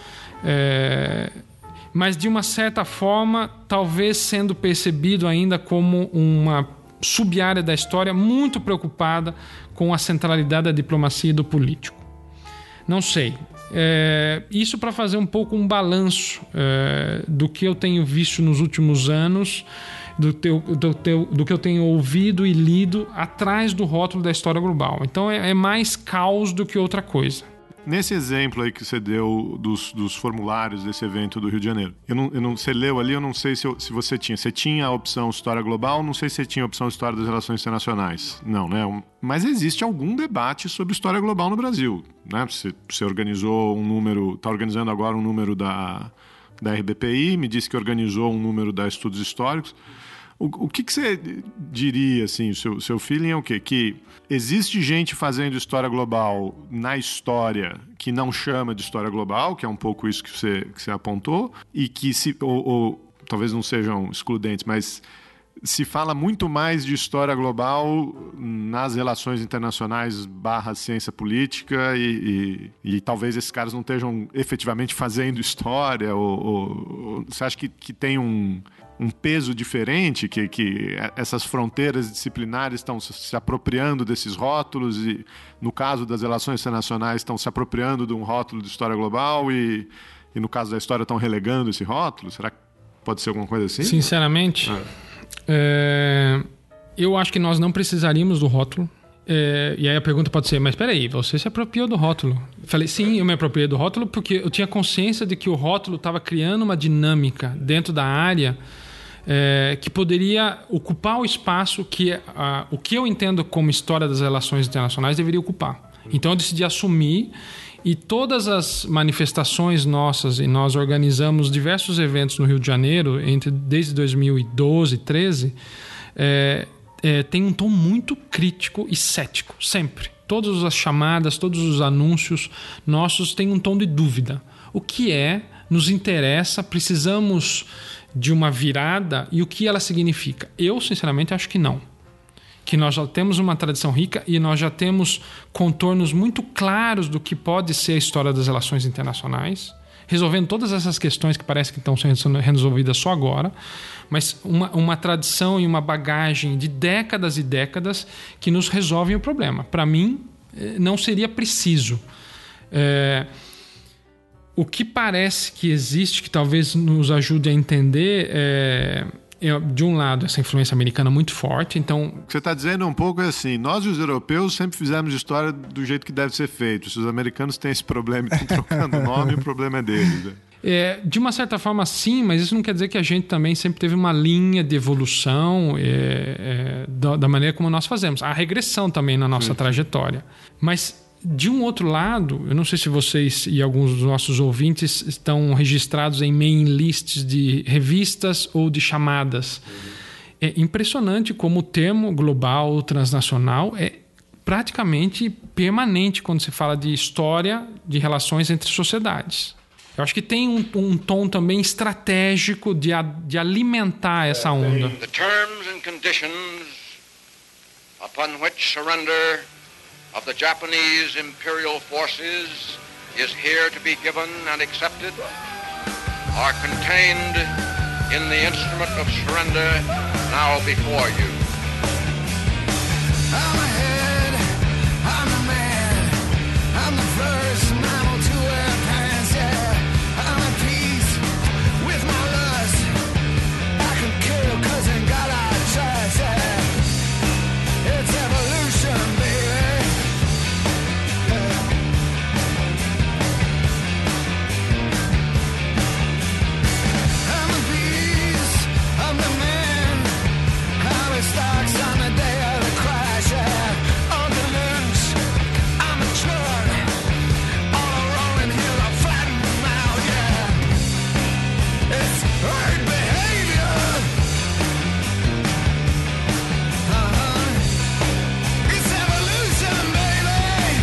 Mas de uma certa forma, talvez sendo percebido ainda como uma sub-área da história muito preocupada com a centralidade da diplomacia e do político. Não sei. Isso para fazer um pouco um balanço do que eu tenho visto nos últimos anos, do que eu tenho ouvido e lido atrás do rótulo da história global. Então é mais caos do que outra coisa. Nesse exemplo aí que você deu dos formulários desse evento do Rio de Janeiro, você leu ali, eu não sei se você tinha. Você tinha a opção História Global, não sei se você tinha a opção História das Relações Internacionais. Não, né? Mas existe algum debate sobre História Global no Brasil, né? Você organizou um número, está organizando agora um número da RBPI, me disse que organizou um número da Estudos Históricos. O que você diria, assim, o seu feeling é o quê? Que existe gente fazendo história global na história que não chama de história global, que é um pouco isso que você apontou, e que ou talvez não sejam excludentes, mas se fala muito mais de história global nas relações internacionais / ciência política e talvez esses caras não estejam efetivamente fazendo história, ou você acha que tem um peso diferente, que essas fronteiras disciplinares estão se apropriando desses rótulos e, no caso das relações internacionais, estão se apropriando de um rótulo de história global e no caso da história estão relegando esse rótulo? Será que pode ser alguma coisa assim? Sinceramente, eu acho que nós não precisaríamos do rótulo. E aí a pergunta pode ser, mas peraí, você se apropriou do rótulo? Falei, sim, eu me apropriei do rótulo porque eu tinha consciência de que o rótulo estava criando uma dinâmica dentro da área que poderia ocupar o espaço que o que eu entendo como história das relações internacionais deveria ocupar. Então eu decidi assumir, e todas as manifestações nossas, e nós organizamos diversos eventos no Rio de Janeiro desde 2012, 2013, tem um tom muito crítico e cético, sempre. Todas as chamadas, todos os anúncios nossos têm um tom de dúvida. O que nos interessa, precisamos de uma virada, e o que ela significa? Eu, sinceramente, acho que não. Que nós já temos uma tradição rica e nós já temos contornos muito claros do que pode ser a história das relações internacionais, resolvendo todas essas questões que parece que estão sendo resolvidas só agora, mas uma tradição e uma bagagem de décadas e décadas que nos resolvem o problema. Para mim, não seria preciso. O que parece que existe, que talvez nos ajude a entender, de um lado, essa influência americana muito forte, então... O que você está dizendo um pouco é assim, nós e os europeus sempre fizemos história do jeito que deve ser feito. Se os americanos têm esse problema e estão trocando o nome, o problema é deles. Né? De uma certa forma, sim, mas isso não quer dizer que a gente também sempre teve uma linha de evolução da maneira como nós fazemos. Há regressão também na nossa trajetória. Mas, de um outro lado, eu não sei se vocês e alguns dos nossos ouvintes estão registrados em mailing lists de revistas ou de chamadas. É impressionante como o termo global, transnacional, é praticamente permanente quando se fala de história de relações entre sociedades. Eu acho que tem um tom também estratégico de alimentar essa onda. The terms and conditions upon which surrender of the Japanese imperial forces is here to be given and accepted are contained in the instrument of surrender now before you. I'm ahead, I'm the man, I'm the first mammal to wear pants, yeah. I'm at peace with my lust, I can kill 'cause in God I trust, yeah. It's evolution, baby. I'm the beast, I'm the man, I'm a stocks on the day of the crash, yeah. On the lynch, I'm a truck, all a rolling hill, I flatten them out, yeah. It's herd behavior. It's evolution, baby.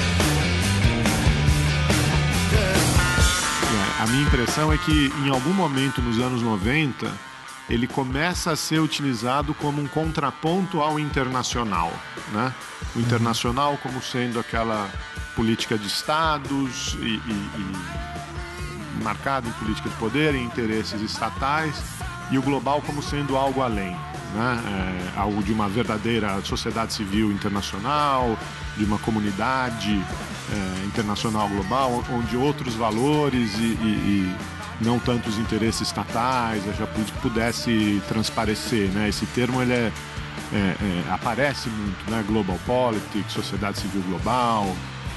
A minha impressão é que em algum momento nos anos 90 ele começa a ser utilizado como um contraponto ao internacional, né? O internacional como sendo aquela política de estados e marcado em política de poder, em interesses estatais, e o global como sendo algo além, né? Algo de uma verdadeira sociedade civil internacional, de uma comunidade internacional global, onde outros valores e não tanto os interesses estatais, a geopolítica pudesse transparecer, né? Esse termo ele aparece muito, né? Global Politics, sociedade civil global,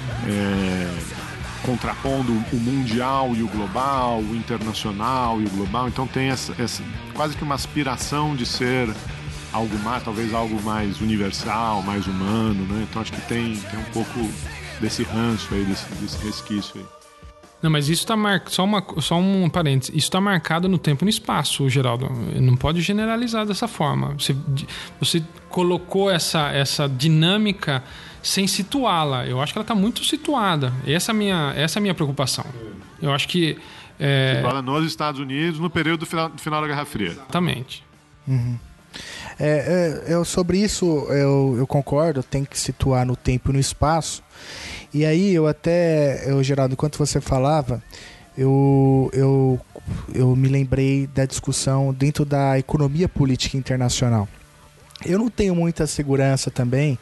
contrapondo o mundial e o global, o internacional e o global. Então tem essa quase que uma aspiração de ser algo mais, talvez algo mais universal, mais humano, né? Então acho que tem um pouco desse ranço aí, desse resquício aí. Não, mas isso está só um parênteses. Isso está marcado no tempo e no espaço, Geraldo. Não pode generalizar dessa forma. Você colocou essa dinâmica sem situá-la. Eu acho que ela está muito situada. Essa é a minha preocupação. Eu acho que... Situada nos Estados Unidos no período do final da Guerra Fria. Exatamente. Uhum. Sobre isso eu concordo, tem que situar no tempo e no espaço. E aí Geraldo, enquanto você falava, eu me lembrei da discussão dentro da economia política internacional. Eu não tenho muita segurança também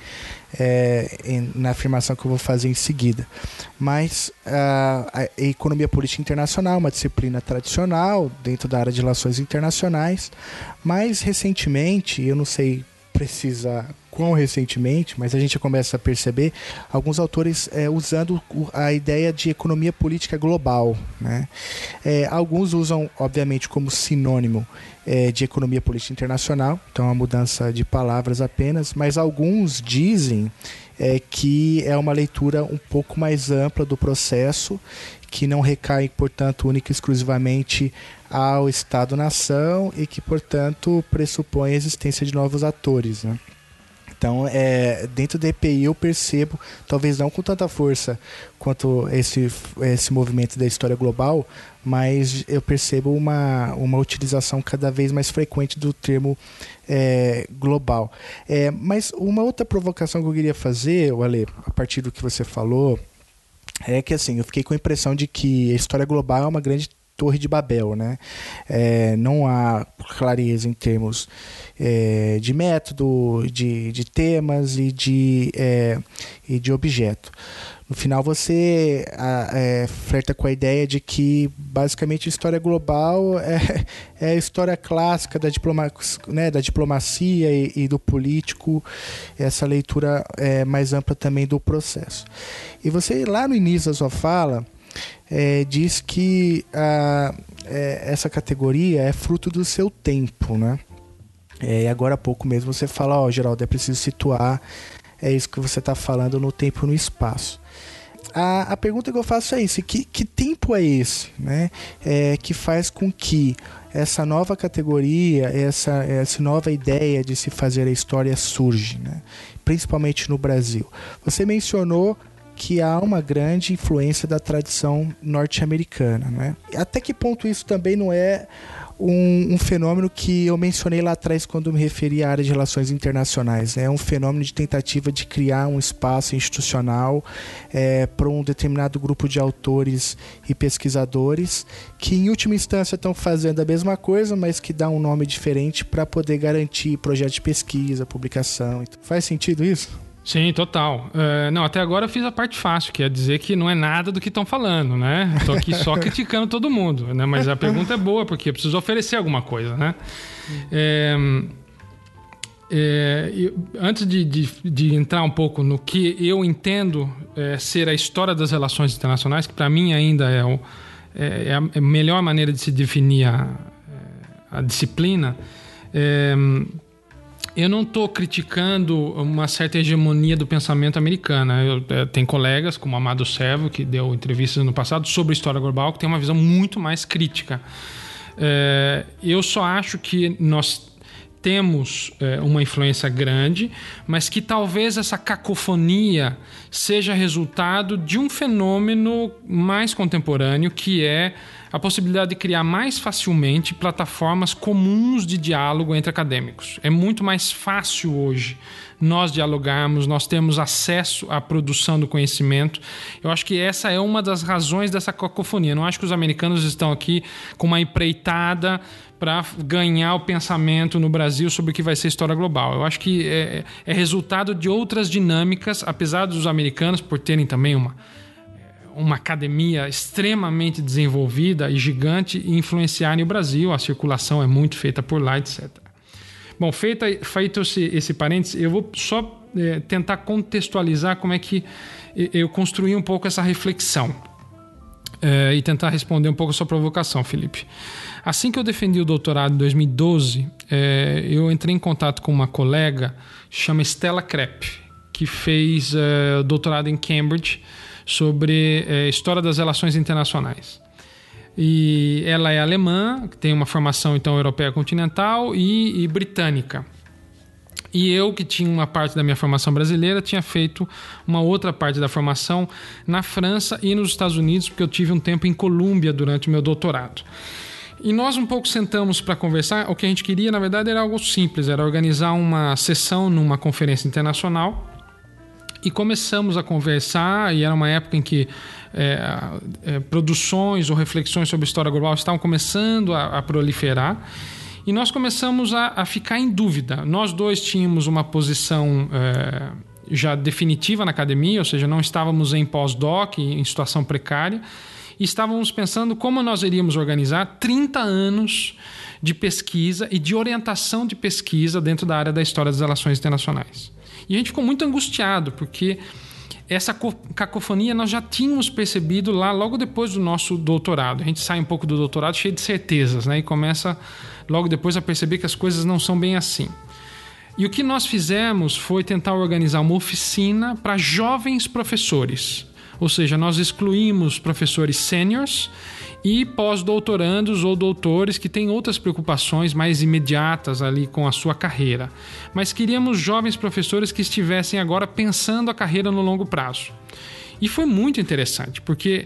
na afirmação que eu vou fazer em seguida, mas a economia política internacional é uma disciplina tradicional dentro da área de relações internacionais. Mais recentemente, eu não sei precisar quão recentemente, mas a gente começa a perceber alguns autores usando a ideia de economia política global, né? Alguns usam, obviamente, como sinônimo de economia política internacional, então é uma mudança de palavras apenas, mas alguns dizem que é uma leitura um pouco mais ampla do processo, que não recai, portanto, única e exclusivamente ao Estado-nação e que, portanto, pressupõe a existência de novos atores, né? Então, dentro da EPI eu percebo, talvez não com tanta força quanto esse movimento da história global, mas eu percebo uma utilização cada vez mais frequente do termo global. Mas uma outra provocação que eu queria fazer, Ale, a partir do que você falou, é que assim, eu fiquei com a impressão de que a história global é uma grande Torre de Babel, né? Não há clareza em termos de método, de temas e de objeto. No final você flerta com a ideia de que basicamente a história global é a história clássica da diplomacia e do político, essa leitura mais ampla também do processo. E você, lá no início da sua fala, diz que essa categoria é fruto do seu tempo, né? E agora há pouco mesmo você fala, Geraldo, é preciso situar, é isso que você está falando, no tempo e no espaço. A pergunta que eu faço é isso: que tempo é esse, né? Que faz com que essa nova categoria, essa nova ideia de se fazer a história surge, né? Principalmente no Brasil. Você mencionou que há uma grande influência da tradição norte-americana, né? Até que ponto isso também não é um fenômeno que eu mencionei lá atrás quando me referi à área de relações internacionais? É um fenômeno de tentativa de criar um espaço institucional para um determinado grupo de autores e pesquisadores que, em última instância, estão fazendo a mesma coisa, mas que dá um nome diferente para poder garantir projeto de pesquisa, publicação. Faz sentido isso? Sim, total. Não, até agora eu fiz a parte fácil, que é dizer que não é nada do que estão falando, né? Estou aqui só criticando todo mundo, né? Mas a pergunta é boa, porque eu preciso oferecer alguma coisa, né? Antes de entrar um pouco no que eu entendo ser a história das relações internacionais, que para mim ainda é a melhor maneira de se definir a disciplina, eu não estou criticando uma certa hegemonia do pensamento americano. Eu tenho colegas como Amado Servo, que deu entrevistas no passado sobre história global, que tem uma visão muito mais crítica. Eu só acho que nós temos uma influência grande, mas que talvez essa cacofonia seja resultado de um fenômeno mais contemporâneo, que é a possibilidade de criar mais facilmente plataformas comuns de diálogo entre acadêmicos. É muito mais fácil hoje nós dialogarmos, nós temos acesso à produção do conhecimento. Eu acho que essa é uma das razões dessa cacofonia. Eu não acho que os americanos estão aqui com uma empreitada para ganhar o pensamento no Brasil sobre o que vai ser história global. Eu acho que é resultado de outras dinâmicas, apesar dos americanos, por terem também uma academia extremamente desenvolvida e gigante, e influenciarem o Brasil. A circulação é muito feita por lá, etc. Bom, feito esse parênteses, eu vou só tentar contextualizar como é que eu construí um pouco essa reflexão e tentar responder um pouco a sua provocação, Felipe. Assim que eu defendi o doutorado em 2012, eu entrei em contato com uma colega, chama Stella Krepp, que fez doutorado em Cambridge sobre história das relações internacionais. E ela é alemã, tem uma formação então europeia continental e britânica. E eu, que tinha uma parte da minha formação brasileira, tinha feito uma outra parte da formação na França e nos Estados Unidos, porque eu tive um tempo em Colômbia durante o meu doutorado. E nós um pouco sentamos para conversar. O que a gente queria, na verdade, era algo simples, era organizar uma sessão numa conferência internacional. E começamos a conversar, e era uma época em que produções ou reflexões sobre história global estavam começando a proliferar. E nós começamos a ficar em dúvida. Nós dois tínhamos uma posição já definitiva na academia, ou seja, não estávamos em pós-doc, em situação precária, e estávamos pensando como nós iríamos organizar 30 anos de pesquisa e de orientação de pesquisa dentro da área da história das relações internacionais. E a gente ficou muito angustiado, porque essa cacofonia nós já tínhamos percebido lá logo depois do nosso doutorado. A gente sai um pouco do doutorado cheio de certezas, né? E começa logo depois a perceber que as coisas não são bem assim. E o que nós fizemos foi tentar organizar uma oficina para jovens professores. Ou seja, nós excluímos professores sêniors e pós-doutorandos ou doutores que têm outras preocupações mais imediatas ali com a sua carreira. Mas queríamos jovens professores que estivessem agora pensando a carreira no longo prazo. E foi muito interessante, porque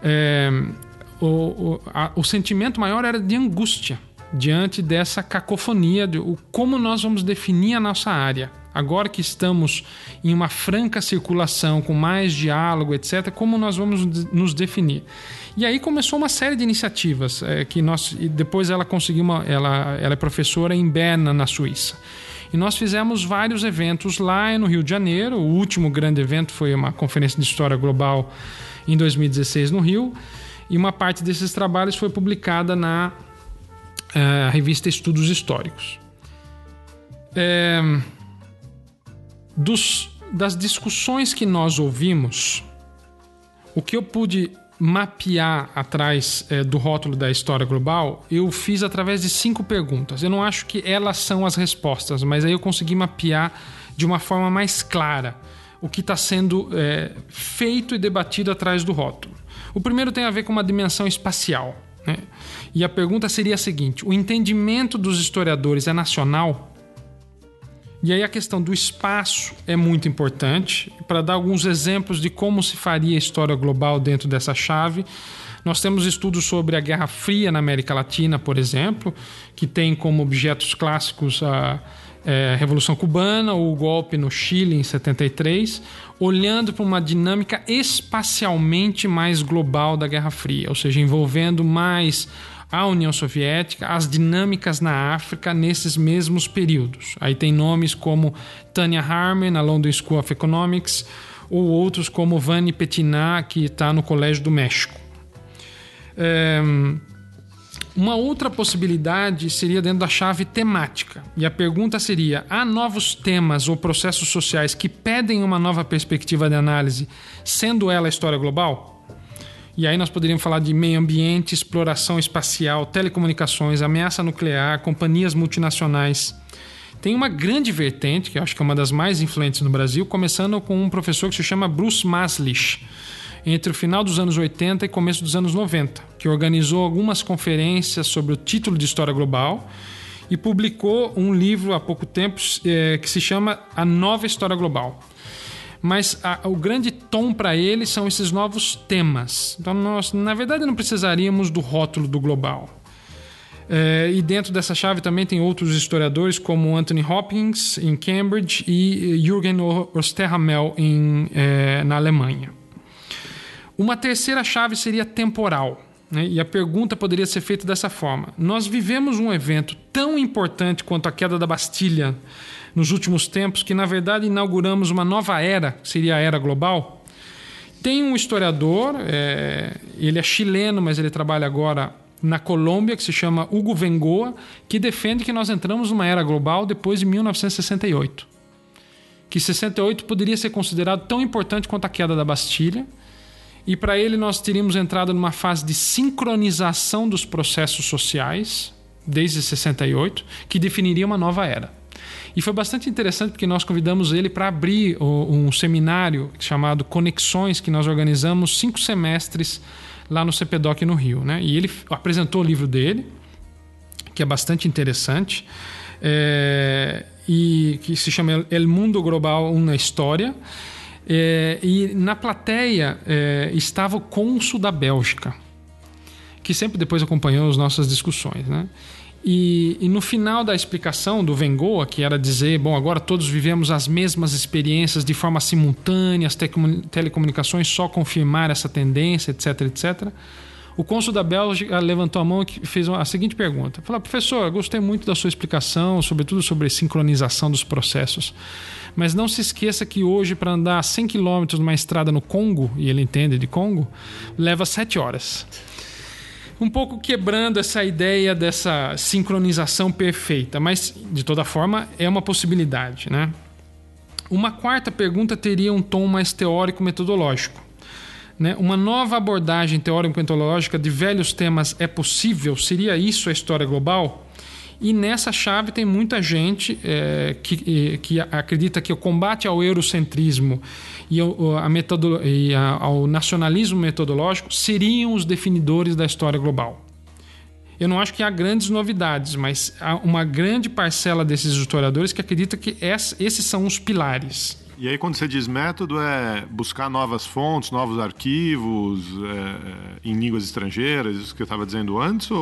o sentimento maior era de angústia diante dessa cacofonia de como nós vamos definir a nossa área. Agora que estamos em uma franca circulação, com mais diálogo, etc., como nós vamos nos definir? E aí começou uma série de iniciativas que depois ela conseguiu ela é professora em Berna, na Suíça. E nós fizemos vários eventos lá no Rio de Janeiro. O último grande evento foi uma conferência de história global em 2016 no Rio. E uma parte desses trabalhos foi publicada na revista Estudos Históricos. Das discussões que nós ouvimos, o que eu pude mapear atrás do rótulo da história global, eu fiz através de 5 perguntas. Eu não acho que elas são as respostas, mas aí eu consegui mapear de uma forma mais clara o que está sendo feito e debatido atrás do rótulo. O primeiro tem a ver com uma dimensão espacial, né? E a pergunta seria a seguinte: o entendimento dos historiadores é nacional? E aí a questão do espaço é muito importante. Para dar alguns exemplos de como se faria a história global dentro dessa chave, nós temos estudos sobre a Guerra Fria na América Latina, por exemplo, que tem como objetos clássicos a Revolução Cubana ou o golpe no Chile em 73, olhando para uma dinâmica espacialmente mais global da Guerra Fria, ou seja, envolvendo mais a União Soviética, as dinâmicas na África nesses mesmos períodos. Aí tem nomes como Tanya Harman, na London School of Economics, ou outros como Vani Petinat, que está no Colégio do México. Uma outra possibilidade seria dentro da chave temática. E a pergunta seria: há novos temas ou processos sociais que pedem uma nova perspectiva de análise, sendo ela a história global? E aí nós poderíamos falar de meio ambiente, exploração espacial, telecomunicações, ameaça nuclear, companhias multinacionais. Tem uma grande vertente, que eu acho que é uma das mais influentes no Brasil, começando com um professor que se chama Bruce Maslich, entre o final dos anos 80 e começo dos anos 90, que organizou algumas conferências sobre o título de História Global e publicou um livro há pouco tempo que se chama A Nova História Global. Mas o grande tom para ele são esses novos temas. Então, nós, na verdade, não precisaríamos do rótulo do global. E dentro dessa chave também tem outros historiadores, como Anthony Hopkins, em Cambridge, e Jürgen Osterhamel, na Alemanha. Uma terceira chave seria temporal, né? E a pergunta poderia ser feita dessa forma: nós vivemos um evento tão importante quanto a queda da Bastilha nos últimos tempos, que na verdade inauguramos uma nova era, que seria a era global. Tem um historiador, ele é chileno, mas ele trabalha agora na Colômbia, que se chama Hugo Vengoa, que defende que nós entramos numa era global depois de 1968. Que 68 poderia ser considerado tão importante quanto a queda da Bastilha. E para ele nós teríamos entrado numa fase de sincronização dos processos sociais, desde 68, que definiria uma nova era. E foi bastante interessante porque nós convidamos ele para abrir um seminário chamado Conexões, que nós organizamos 5 semestres lá no CPDOC no Rio, né? E ele apresentou o livro dele, que é bastante interessante, e que se chama El Mundo Global, uma História. E na plateia estava o cônsul da Bélgica, que sempre depois acompanhou as nossas discussões, né? E no final da explicação do Vengoa, que era dizer, bom, agora todos vivemos as mesmas experiências de forma simultânea, as telecomunicações só confirmar essa tendência, etc, etc. O cônsul da Bélgica levantou a mão e fez a seguinte pergunta. Falou: professor, gostei muito da sua explicação, sobretudo sobre a sincronização dos processos. Mas não se esqueça que hoje, para andar 100 km numa estrada no Congo, e ele entende de Congo, leva 7 horas. Um pouco quebrando essa ideia dessa sincronização perfeita, mas, de toda forma, é uma possibilidade, né? Uma quarta pergunta teria um tom mais teórico-metodológico, né? Uma nova abordagem teórico-metodológica de velhos temas é possível? Seria isso a história global? E nessa chave tem muita gente que acredita que o combate ao eurocentrismo e ao nacionalismo metodológico seriam os definidores da história global. Eu não acho que há grandes novidades, mas há uma grande parcela desses historiadores que acredita que esses são os pilares. E aí, quando você diz método, é buscar novas fontes, novos arquivos em línguas estrangeiras, isso que eu estava dizendo antes?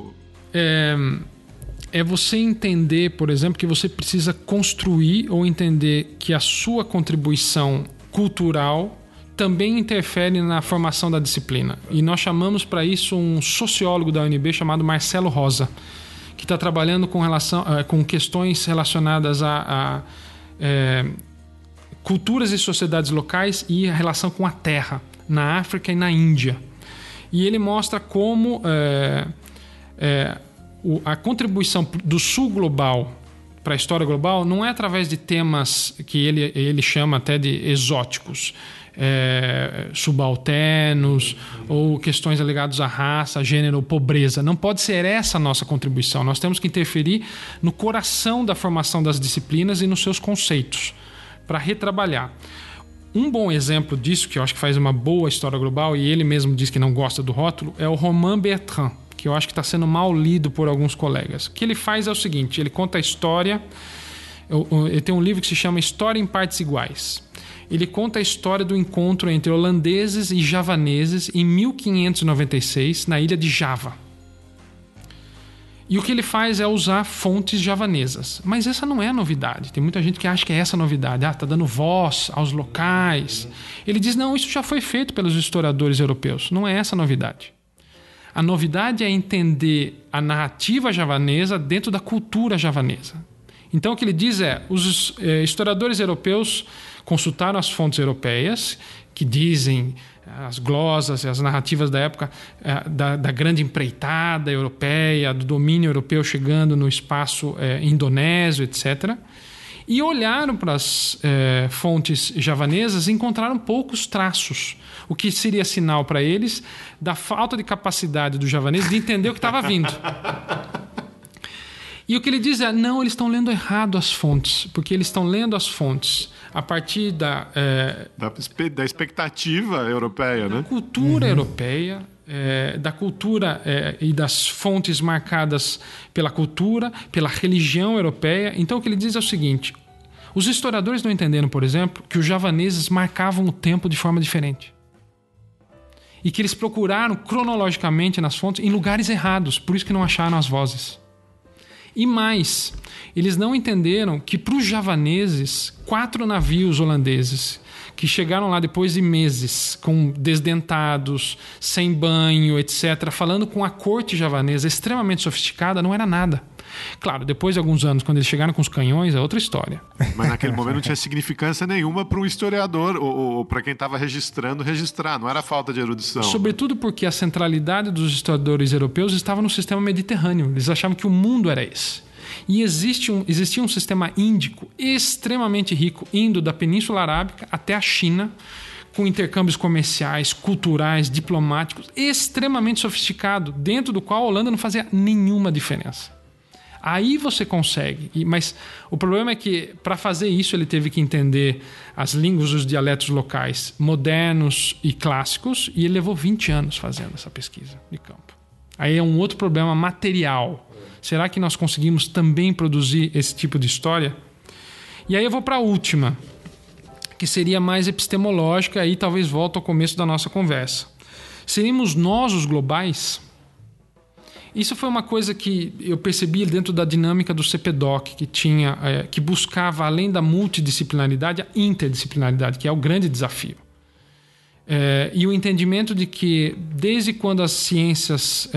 É você entender, por exemplo, que você precisa construir ou entender que a sua contribuição cultural também interfere na formação da disciplina. E nós chamamos para isso um sociólogo da UNB chamado Marcelo Rosa, que está trabalhando com questões relacionadas a culturas e sociedades locais e a relação com a terra, na África e na Índia. E ele mostra como a contribuição do Sul global para a história global não é através de temas que ele chama até de exóticos, subalternos ou questões ligadas à raça, gênero ou pobreza. Não pode ser essa a nossa contribuição. Nós temos que interferir no coração da formação das disciplinas e nos seus conceitos para retrabalhar. Um bom exemplo disso, que eu acho que faz uma boa história global, e ele mesmo diz que não gosta do rótulo, é o Romain Bertrand, que eu acho que está sendo mal lido por alguns colegas. O que ele faz é o seguinte: ele conta a história. Ele tem um livro que se chama História em Partes Iguais. Ele conta a história do encontro entre holandeses e javaneses em 1596, na ilha de Java. E o que ele faz é usar fontes javanesas. Mas essa não é a novidade. Tem muita gente que acha que é essa a novidade. Está dando voz aos locais. Ele diz, não, isso já foi feito pelos historiadores europeus. Não é essa a novidade. A novidade é entender a narrativa javanesa dentro da cultura javanesa. Então o que ele diz é, os historiadores europeus consultaram as fontes europeias, que dizem as glosas e as narrativas da época da grande empreitada europeia, do domínio europeu chegando no espaço indonésio, etc. E olharam para as fontes javanesas e encontraram poucos traços, o que seria sinal para eles da falta de capacidade do javanês de entender o que estava vindo. E o que ele diz é, não, eles estão lendo errado as fontes, porque eles estão lendo as fontes a partir da expectativa europeia, né? Da cultura europeia, da cultura e das fontes marcadas pela cultura, pela religião europeia. Então o que ele diz é o seguinte, os historiadores não entenderam, por exemplo, que os javaneses marcavam o tempo de forma diferente. E que eles procuraram cronologicamente nas fontes em lugares errados, por isso que não acharam as vozes. E mais, eles não entenderam que para os javaneses, 4 navios holandeses que chegaram lá depois de meses, com desdentados, sem banho, etc., falando com a corte javanesa extremamente sofisticada, não era nada. Claro, depois de alguns anos, quando eles chegaram com os canhões, é outra história. Mas naquele momento não tinha significância nenhuma para um historiador ou para quem estava registrar, não era falta de erudição. Sobretudo porque a centralidade dos historiadores europeus estava no sistema mediterrâneo. Eles achavam que o mundo era esse. E existia um sistema índico extremamente rico, indo da Península Arábica até a China, com intercâmbios comerciais, culturais, diplomáticos, extremamente sofisticado, dentro do qual a Holanda não fazia nenhuma diferença. Aí você consegue, mas o problema é que para fazer isso ele teve que entender as línguas, os dialetos locais modernos e clássicos, e ele levou 20 anos fazendo essa pesquisa de campo. Aí é um outro problema material. Será que nós conseguimos também produzir esse tipo de história? E aí eu vou para a última, que seria mais epistemológica, aí talvez volto ao começo da nossa conversa. Seríamos nós os globais? Isso foi uma coisa que eu percebi dentro da dinâmica do CPDOC, que buscava, além da multidisciplinaridade, a interdisciplinaridade, que é o grande desafio. E o entendimento de que, desde quando as ciências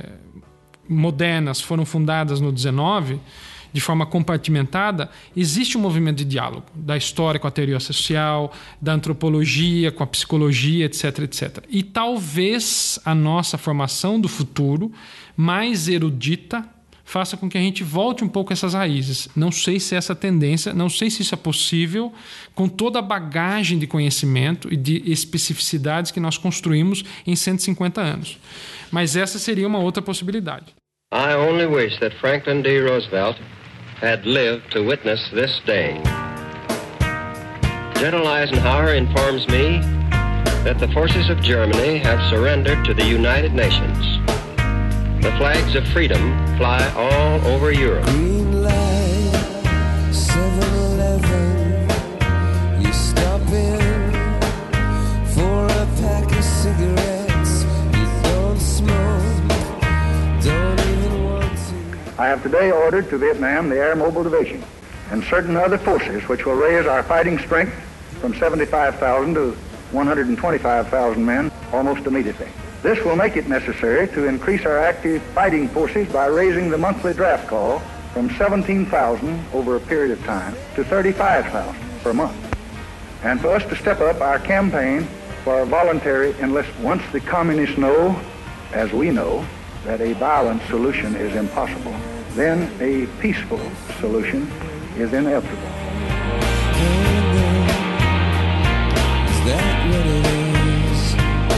modernas foram fundadas no XIX, de forma compartimentada, existe um movimento de diálogo da história com a teoria social, da antropologia com a psicologia, etc, etc. E talvez a nossa formação do futuro, mais erudita, faça com que a gente volte um pouco a essas raízes. Não sei se essa tendência, não sei se isso é possível com toda a bagagem de conhecimento e de especificidades que nós construímos em 150 anos. Mas essa seria uma outra possibilidade. I only wish that Franklin D. Roosevelt had lived to witness this day. General Eisenhower informs me that the forces of Germany have surrendered to the United Nations. The flags of freedom fly all over Europe. Green light, 7-Eleven, you stop in for a pack of cigarettes, you don't smoke, don't even want to. I have today ordered to Vietnam the Air Mobile Division and certain other forces which will raise our fighting strength from 75,000 to 125,000 men almost immediately. This will make it necessary to increase our active fighting forces by raising the monthly draft call from 17,000 over a period of time to 35,000 per month. And for us to step up our campaign for a voluntary enlistment. Once the communists know, as we know, that a violent solution is impossible, then a peaceful solution is inevitable. Is that what it is?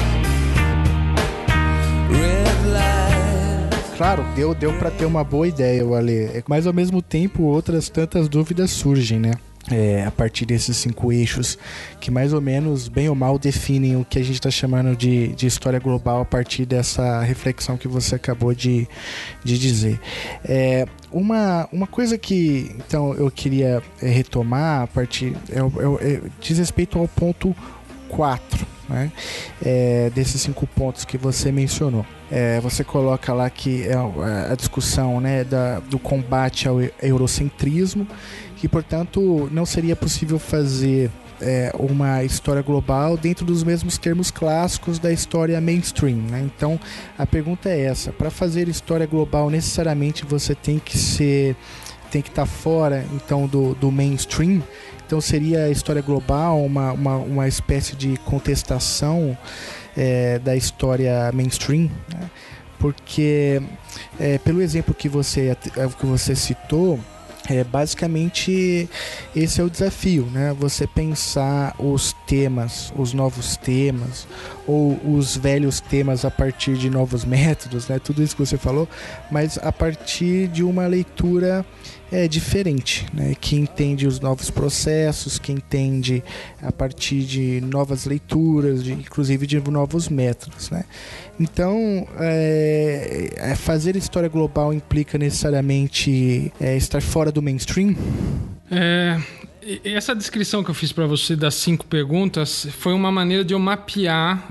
Red light. Claro, deu para ter uma boa ideia, Ale. Mas ao mesmo tempo outras tantas dúvidas surgem, né? A partir desses 5 eixos que mais ou menos, bem ou mal, definem o que a gente está chamando de história global a partir dessa reflexão que você acabou de dizer. Uma coisa que então eu queria retomar a partir diz respeito ao ponto 4, né? Desses 5 pontos que você mencionou. Você coloca lá que a discussão, né, do combate ao eurocentrismo, que portanto não seria possível fazer uma história global dentro dos mesmos termos clássicos da história mainstream, né? Então a pergunta é essa: para fazer história global necessariamente você tem que estar fora então do mainstream? Então seria a história global uma espécie de contestação da história mainstream, né? Porque pelo exemplo que você citou, basicamente esse é o desafio, né? Você pensar os temas, os novos temas ou os velhos temas a partir de novos métodos, né? Tudo isso que você falou, mas a partir de uma leitura diferente, né? Que entende os novos processos, que entende a partir de novas leituras, inclusive de novos métodos, né? Então, fazer história global implica necessariamente estar fora do mainstream? Essa descrição que eu fiz para você das 5 perguntas foi uma maneira de eu mapear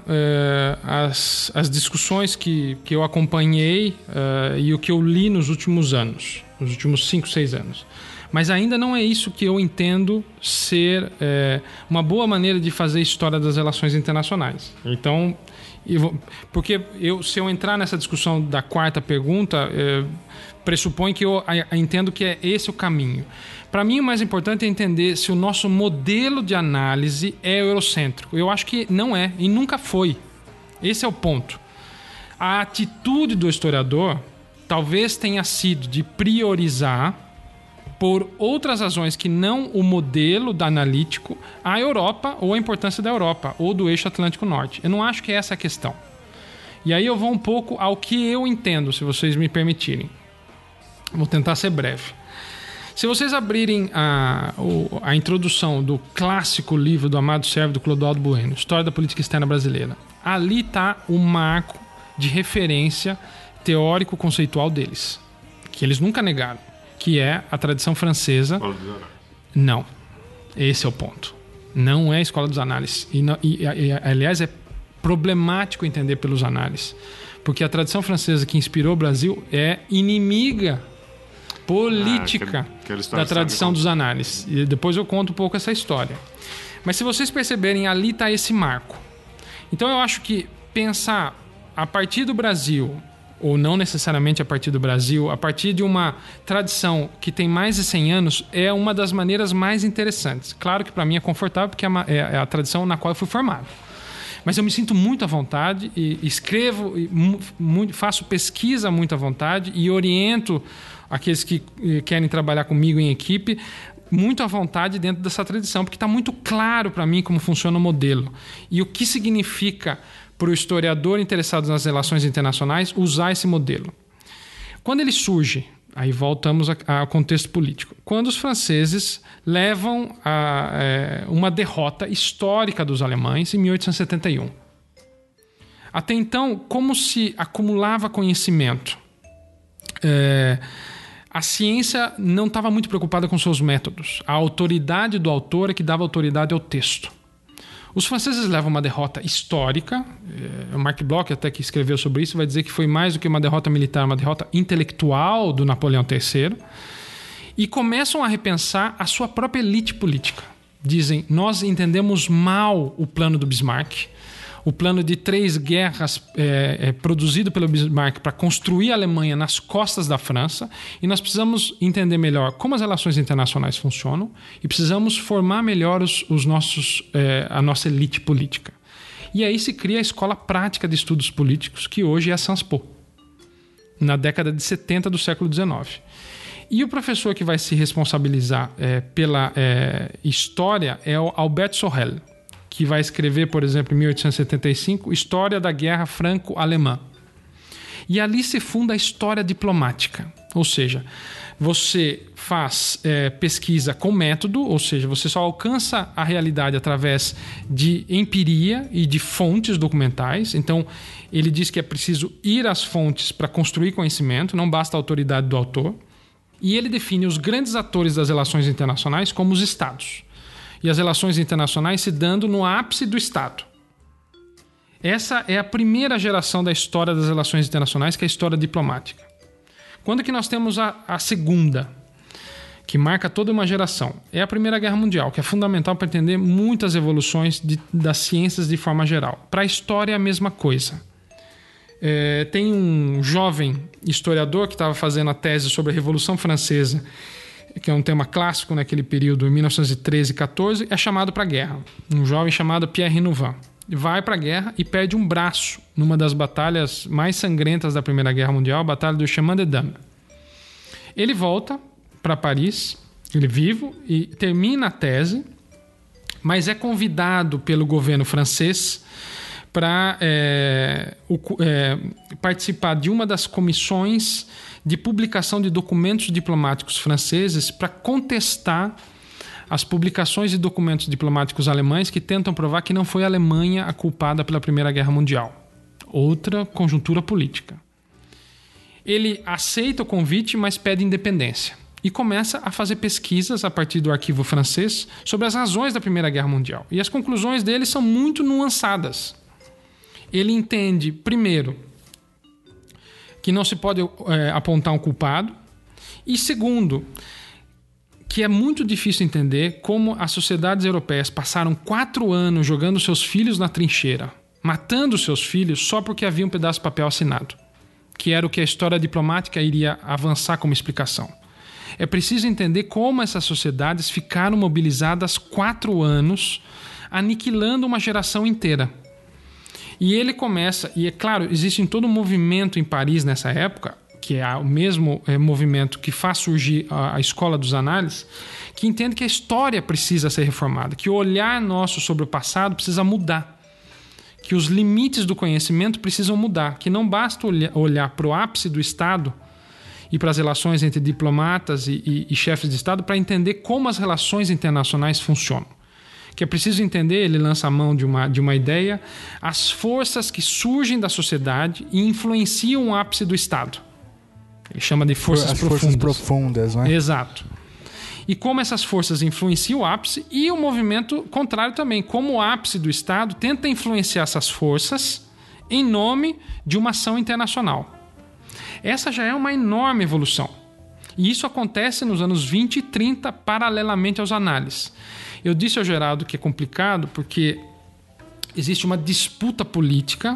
as discussões que eu acompanhei e o que eu li nos últimos anos, nos últimos 5, 6 anos. Mas ainda não é isso que eu entendo ser uma boa maneira de fazer história das relações internacionais. Então, porque se eu entrar nessa discussão da 4ª pergunta, pressupõe que eu entendo que é esse o caminho. Para mim, o mais importante é entender se o nosso modelo de análise é eurocêntrico. Eu acho que não é e nunca foi. Esse é o ponto. A atitude do historiador talvez tenha sido de priorizar, por outras razões que não o modelo da analítico, a Europa ou a importância da Europa ou do eixo Atlântico Norte. Eu não acho que essa é a questão. E aí eu vou um pouco ao que eu entendo, se vocês me permitirem. Vou tentar ser breve. Se vocês abrirem a introdução do clássico livro do Amado Servo, do Clodoaldo Bueno, História da Política Externa Brasileira, ali está o marco de referência teórico-conceitual deles, que eles nunca negaram, que é a tradição francesa. Não, esse é o ponto. Não é a escola dos análises. Aliás, é problemático entender pelos análises, porque a tradição francesa que inspirou o Brasil é inimiga política da tradição dos análises. E depois eu conto um pouco essa história. Mas se vocês perceberem, ali está esse marco. Então eu acho que pensar a partir do Brasil, ou não necessariamente a partir do Brasil, a partir de uma tradição que tem mais de 100 anos, é uma das maneiras mais interessantes. Claro que para mim é confortável, porque é a tradição na qual eu fui formado. Mas eu me sinto muito à vontade e escrevo, faço pesquisa muito à vontade e oriento aqueles que querem trabalhar comigo em equipe muito à vontade dentro dessa tradição, porque está muito claro para mim como funciona o modelo e o que significa para o historiador interessado nas relações internacionais usar esse modelo. Quando ele surge, aí voltamos ao contexto político, quando os franceses levam uma derrota histórica dos alemães em 1871. Até então, como se acumulava conhecimento, a ciência não estava muito preocupada com seus métodos. A autoridade do autor é que dava autoridade ao texto. Os franceses levam uma derrota histórica. O Marc Bloch, até que escreveu sobre isso, vai dizer que foi mais do que uma derrota militar, uma derrota intelectual do Napoleão III. E começam a repensar a sua própria elite política. Dizem, nós entendemos mal o plano do Bismarck, o plano de 3 guerras produzido pelo Bismarck para construir a Alemanha nas costas da França, e nós precisamos entender melhor como as relações internacionais funcionam e precisamos formar melhor a nossa elite política. E aí se cria a Escola Prática de Estudos Políticos, que hoje é a Sciences-Po, na década de 70 do século XIX. E o professor que vai se responsabilizar pela história é o Albert Sorel, que vai escrever, por exemplo, em 1875, História da Guerra Franco-Alemã. E ali se funda a história diplomática. Ou seja, você faz pesquisa com método, ou seja, você só alcança a realidade através de empiria e de fontes documentais. Então, ele diz que é preciso ir às fontes para construir conhecimento, não basta a autoridade do autor. E ele define os grandes atores das relações internacionais como os Estados. E as relações internacionais se dando no ápice do Estado. Essa é a primeira geração da história das relações internacionais, que é a história diplomática. Quando que nós temos a segunda, que marca toda uma geração? É a Primeira Guerra Mundial, que é fundamental para entender muitas evoluções das ciências de forma geral. Para a história é a mesma coisa. Tem um jovem historiador que estava fazendo a tese sobre a Revolução Francesa, que é um tema clássico naquele período, em 1913 e 14, é chamado para a guerra. Um jovem chamado Pierre Renouvin vai para a guerra e perde um braço numa das batalhas mais sangrentas da Primeira Guerra Mundial, a Batalha do Chemin des Dames. Ele volta para Paris, ele vivo, e termina a tese, mas é convidado pelo governo francês para participar de uma das comissões de publicação de documentos diplomáticos franceses para contestar as publicações de documentos diplomáticos alemães que tentam provar que não foi a Alemanha a culpada pela Primeira Guerra Mundial. Outra conjuntura política. Ele aceita o convite, mas pede independência. E começa a fazer pesquisas a partir do arquivo francês sobre as razões da Primeira Guerra Mundial. E as conclusões dele são muito nuançadas. Ele entende, primeiro, que não se pode apontar um culpado. E segundo, que é muito difícil entender como as sociedades europeias passaram 4 anos jogando seus filhos na trincheira, matando seus filhos só porque havia um pedaço de papel assinado, que era o que a história diplomática iria avançar como explicação. É preciso entender como essas sociedades ficaram mobilizadas 4 anos, aniquilando uma geração inteira. E ele começa, e é claro, existe todo um movimento em Paris nessa época, que é o mesmo movimento que faz surgir a Escola dos Análises, que entende que a história precisa ser reformada, que o olhar nosso sobre o passado precisa mudar, que os limites do conhecimento precisam mudar, que não basta olhar para o ápice do Estado e para as relações entre diplomatas e chefes de Estado para entender como as relações internacionais funcionam. Que é preciso entender, ele lança a mão de uma ideia, as forças que surgem da sociedade e influenciam o ápice do Estado. Ele chama de forças profundas. Forças profundas, não é? Exato. E como essas forças influenciam o ápice, e o movimento contrário também, como o ápice do Estado tenta influenciar essas forças em nome de uma ação internacional. Essa já é uma enorme evolução. E isso acontece nos anos 20 e 30, paralelamente aos análises. Eu disse ao Geraldo que é complicado porque existe uma disputa política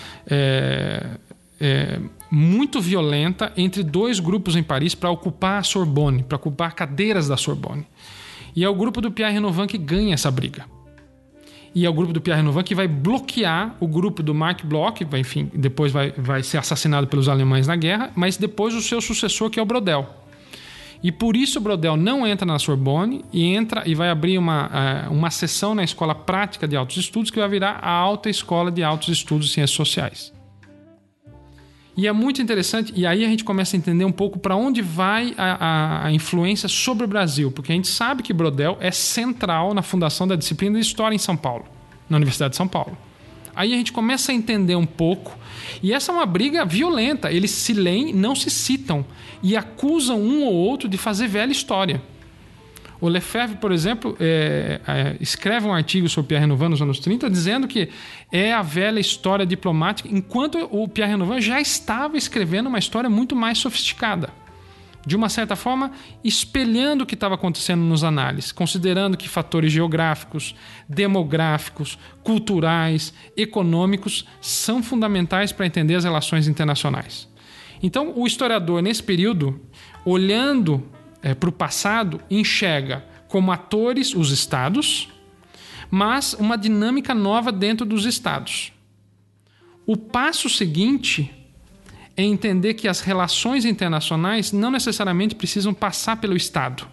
muito violenta entre 2 grupos em Paris para ocupar a Sorbonne, para ocupar cadeiras da Sorbonne. E é o grupo do Pierre Renouvin que ganha essa briga. E é o grupo do Pierre Renouvin que vai bloquear o grupo do Marc Bloch, enfim, depois vai ser assassinado pelos alemães na guerra, mas depois o seu sucessor, que é o Brodel. E por isso o Brodel não entra na Sorbonne e vai abrir uma seção na Escola Prática de Altos Estudos, que vai virar a Alta Escola de Altos Estudos e Ciências Sociais. E é muito interessante, e aí a gente começa a entender um pouco para onde vai a influência sobre o Brasil, porque a gente sabe que Brodel é central na fundação da disciplina de História em São Paulo, na Universidade de São Paulo. Aí a gente começa a entender um pouco, e essa é uma briga violenta, eles se leem, não se citam, e acusam um ou outro de fazer velha história. O Lefebvre, por exemplo, escreve um artigo sobre Pierre Renouvin nos anos 30, dizendo que é a velha história diplomática, enquanto o Pierre Renouvin já estava escrevendo uma história muito mais sofisticada. de uma certa forma, espelhando o que estava acontecendo nos análises, considerando que fatores geográficos, demográficos, culturais, econômicos são fundamentais para entender as relações internacionais. Então, o historiador, nesse período, olhando para o passado, enxerga como atores os estados, mas uma dinâmica nova dentro dos estados. O passo seguinte é entender que as relações internacionais não necessariamente precisam passar pelo Estado.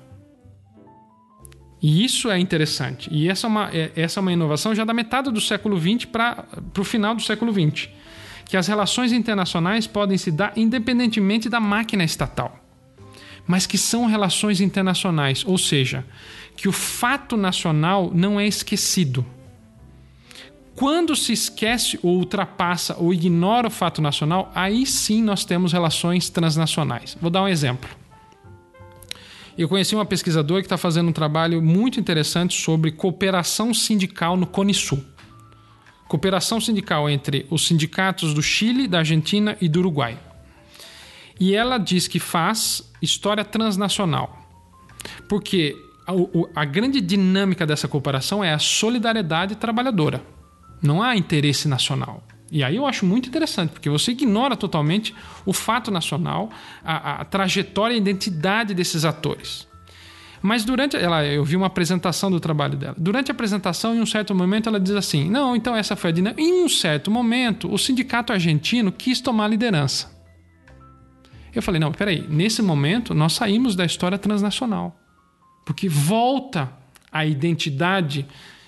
E isso é interessante. E essa é uma inovação já da metade do século XX para o final do século XX. Que as relações internacionais podem se dar independentemente da máquina estatal. Mas que são relações internacionais, ou seja, que o fato nacional não é esquecido. Quando se esquece ou ultrapassa ou ignora o fato nacional, aí sim nós temos relações transnacionais. Vou dar um exemplo. Eu conheci uma pesquisadora que está fazendo um trabalho muito interessante sobre cooperação sindical no Cone Sul. Cooperação sindical entre os sindicatos do Chile, da Argentina e do Uruguai. E ela diz que faz história transnacional. Porque a grande dinâmica dessa cooperação é a solidariedade trabalhadora. Não há interesse nacional. E aí eu acho muito interessante, porque você ignora totalmente o fato nacional, a trajetória e a identidade desses atores. Mas eu vi uma apresentação do trabalho dela. Durante a apresentação, em um certo momento, ela diz assim, não, então essa foi a dinâmica. Em um certo momento, o sindicato argentino quis tomar a liderança. Eu falei, não, peraí, nesse momento nós saímos da história transnacional. Porque volta a identidade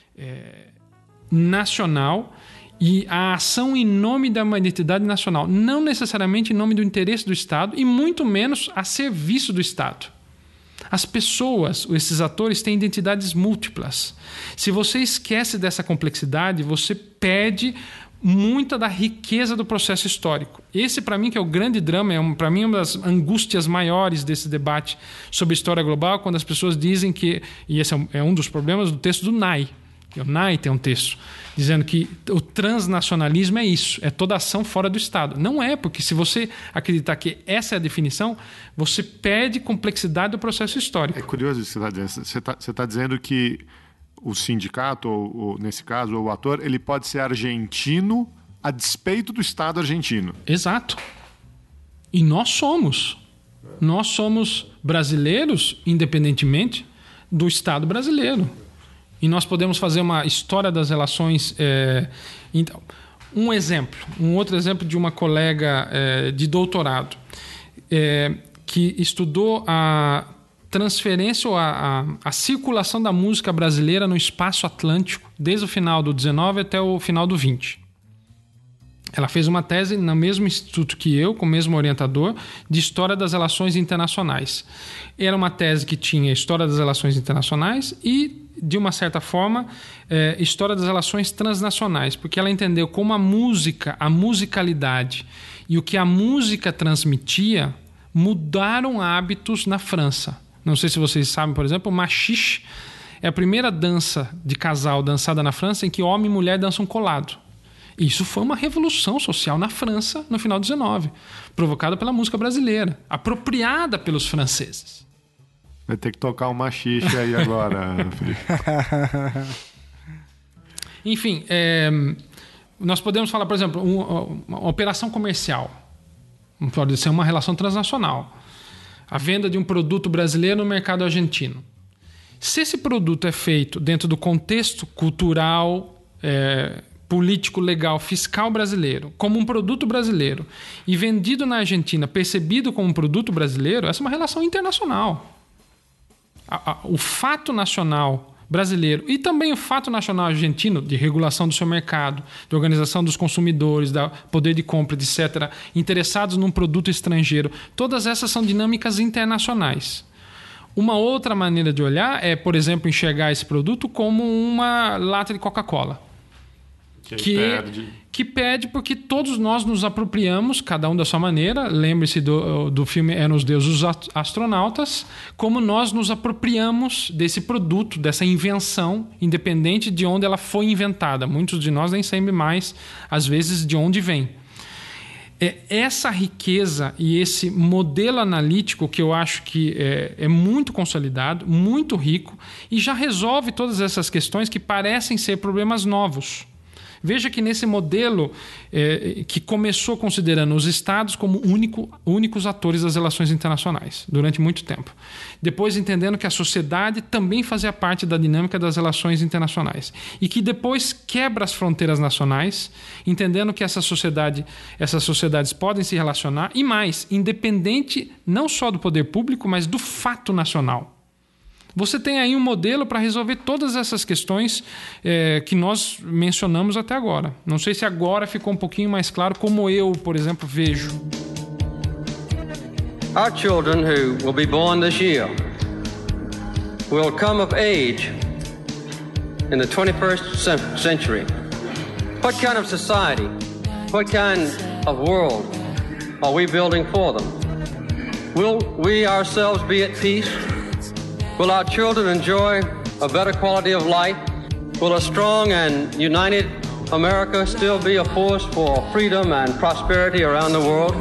nacional e a ação em nome de uma identidade nacional, não necessariamente em nome do interesse do Estado e muito menos a serviço do Estado. As pessoas, esses atores, têm identidades múltiplas. Se você esquece dessa complexidade, você perde muita da riqueza do processo histórico. Esse, para mim, que é o grande drama, para mim, uma das angústias maiores desse debate sobre história global, quando as pessoas dizem que, e esse é um dos problemas do texto do Nye, o Nye tem um texto dizendo que o transnacionalismo é isso, é toda ação fora do Estado. Não é, porque se você acreditar que essa é a definição, você perde complexidade do processo histórico. É curioso isso que você está dizendo. Você está dizendo que o sindicato, ou nesse caso, o ator, ele pode ser argentino a despeito do Estado argentino. Exato. E nós somos. Nós somos brasileiros, independentemente do Estado brasileiro. E nós podemos fazer uma história das relações. Então, um outro exemplo de uma colega de doutorado que estudou a transferência ou a circulação da música brasileira no espaço atlântico desde o final do 19 até o final do 20. Ela fez uma tese no mesmo instituto que eu, com o mesmo orientador, de História das Relações Internacionais. Era uma tese que tinha História das Relações Internacionais e, de uma certa forma, História das Relações Transnacionais, porque ela entendeu como a música, a musicalidade e o que a música transmitia mudaram hábitos na França. Não sei se vocês sabem, por exemplo, o machixe é a primeira dança de casal dançada na França em que homem e mulher dançam colado. Isso foi uma revolução social na França no final do 19, provocada pela música brasileira, apropriada pelos franceses. Vai ter que tocar uma machixe aí agora, Felipe. Enfim, nós podemos falar, por exemplo, uma operação comercial. Pode ser uma relação transnacional. A venda de um produto brasileiro no mercado argentino. Se esse produto é feito dentro do contexto cultural, político, legal, fiscal brasileiro, como um produto brasileiro, e vendido na Argentina, percebido como um produto brasileiro, essa é uma relação internacional. O fato nacional brasileiro e também o fato nacional argentino de regulação do seu mercado, de organização dos consumidores, da poder de compra, etc., interessados num produto estrangeiro, todas essas são dinâmicas internacionais. Uma outra maneira de olhar é, por exemplo, enxergar esse produto como uma lata de Coca-Cola. Que perde porque todos nós nos apropriamos, cada um da sua maneira. Lembre-se do filme Eram os Deuses os Astronautas, como nós nos apropriamos desse produto, dessa invenção, independente de onde ela foi inventada. Muitos de nós nem sabem mais, às vezes, de onde vem. essa riqueza e esse modelo analítico que eu acho que é muito consolidado, muito rico e já resolve todas essas questões que parecem ser problemas novos. Veja que nesse modelo que começou considerando os estados como únicos atores das relações internacionais durante muito tempo. Depois entendendo que a sociedade também fazia parte da dinâmica das relações internacionais. E que depois quebra as fronteiras nacionais, entendendo que essas sociedades podem se relacionar e mais, independente não só do poder público, mas do fato nacional. Você tem aí um modelo para resolver todas essas questões que nós mencionamos até agora. Não sei se agora ficou um pouquinho mais claro como eu, por exemplo, vejo. Our children who will be born this year will come of age in the 21st century. What kind of society, what kind of world are we building for them? Will we ourselves be at peace? Will our children enjoy a better quality of life? Will a strong and united America still be a force for freedom and prosperity around the world?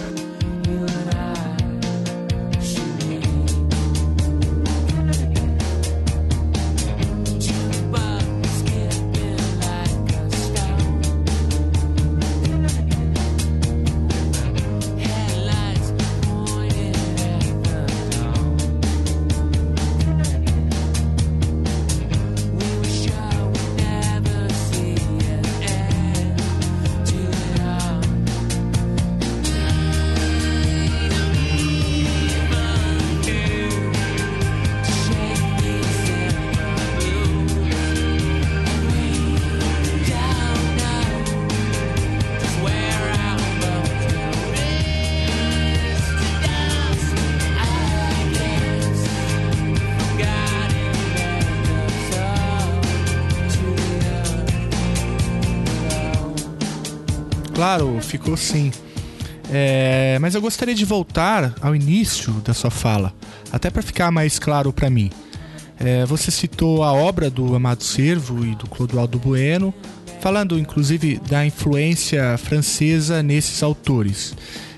Claro, ficou sim. Mas eu gostaria de voltar ao início da sua fala, até para ficar mais claro para mim. Você citou a obra do Amado Servo e do Clodoaldo Bueno, falando inclusive da influência francesa nesses autores.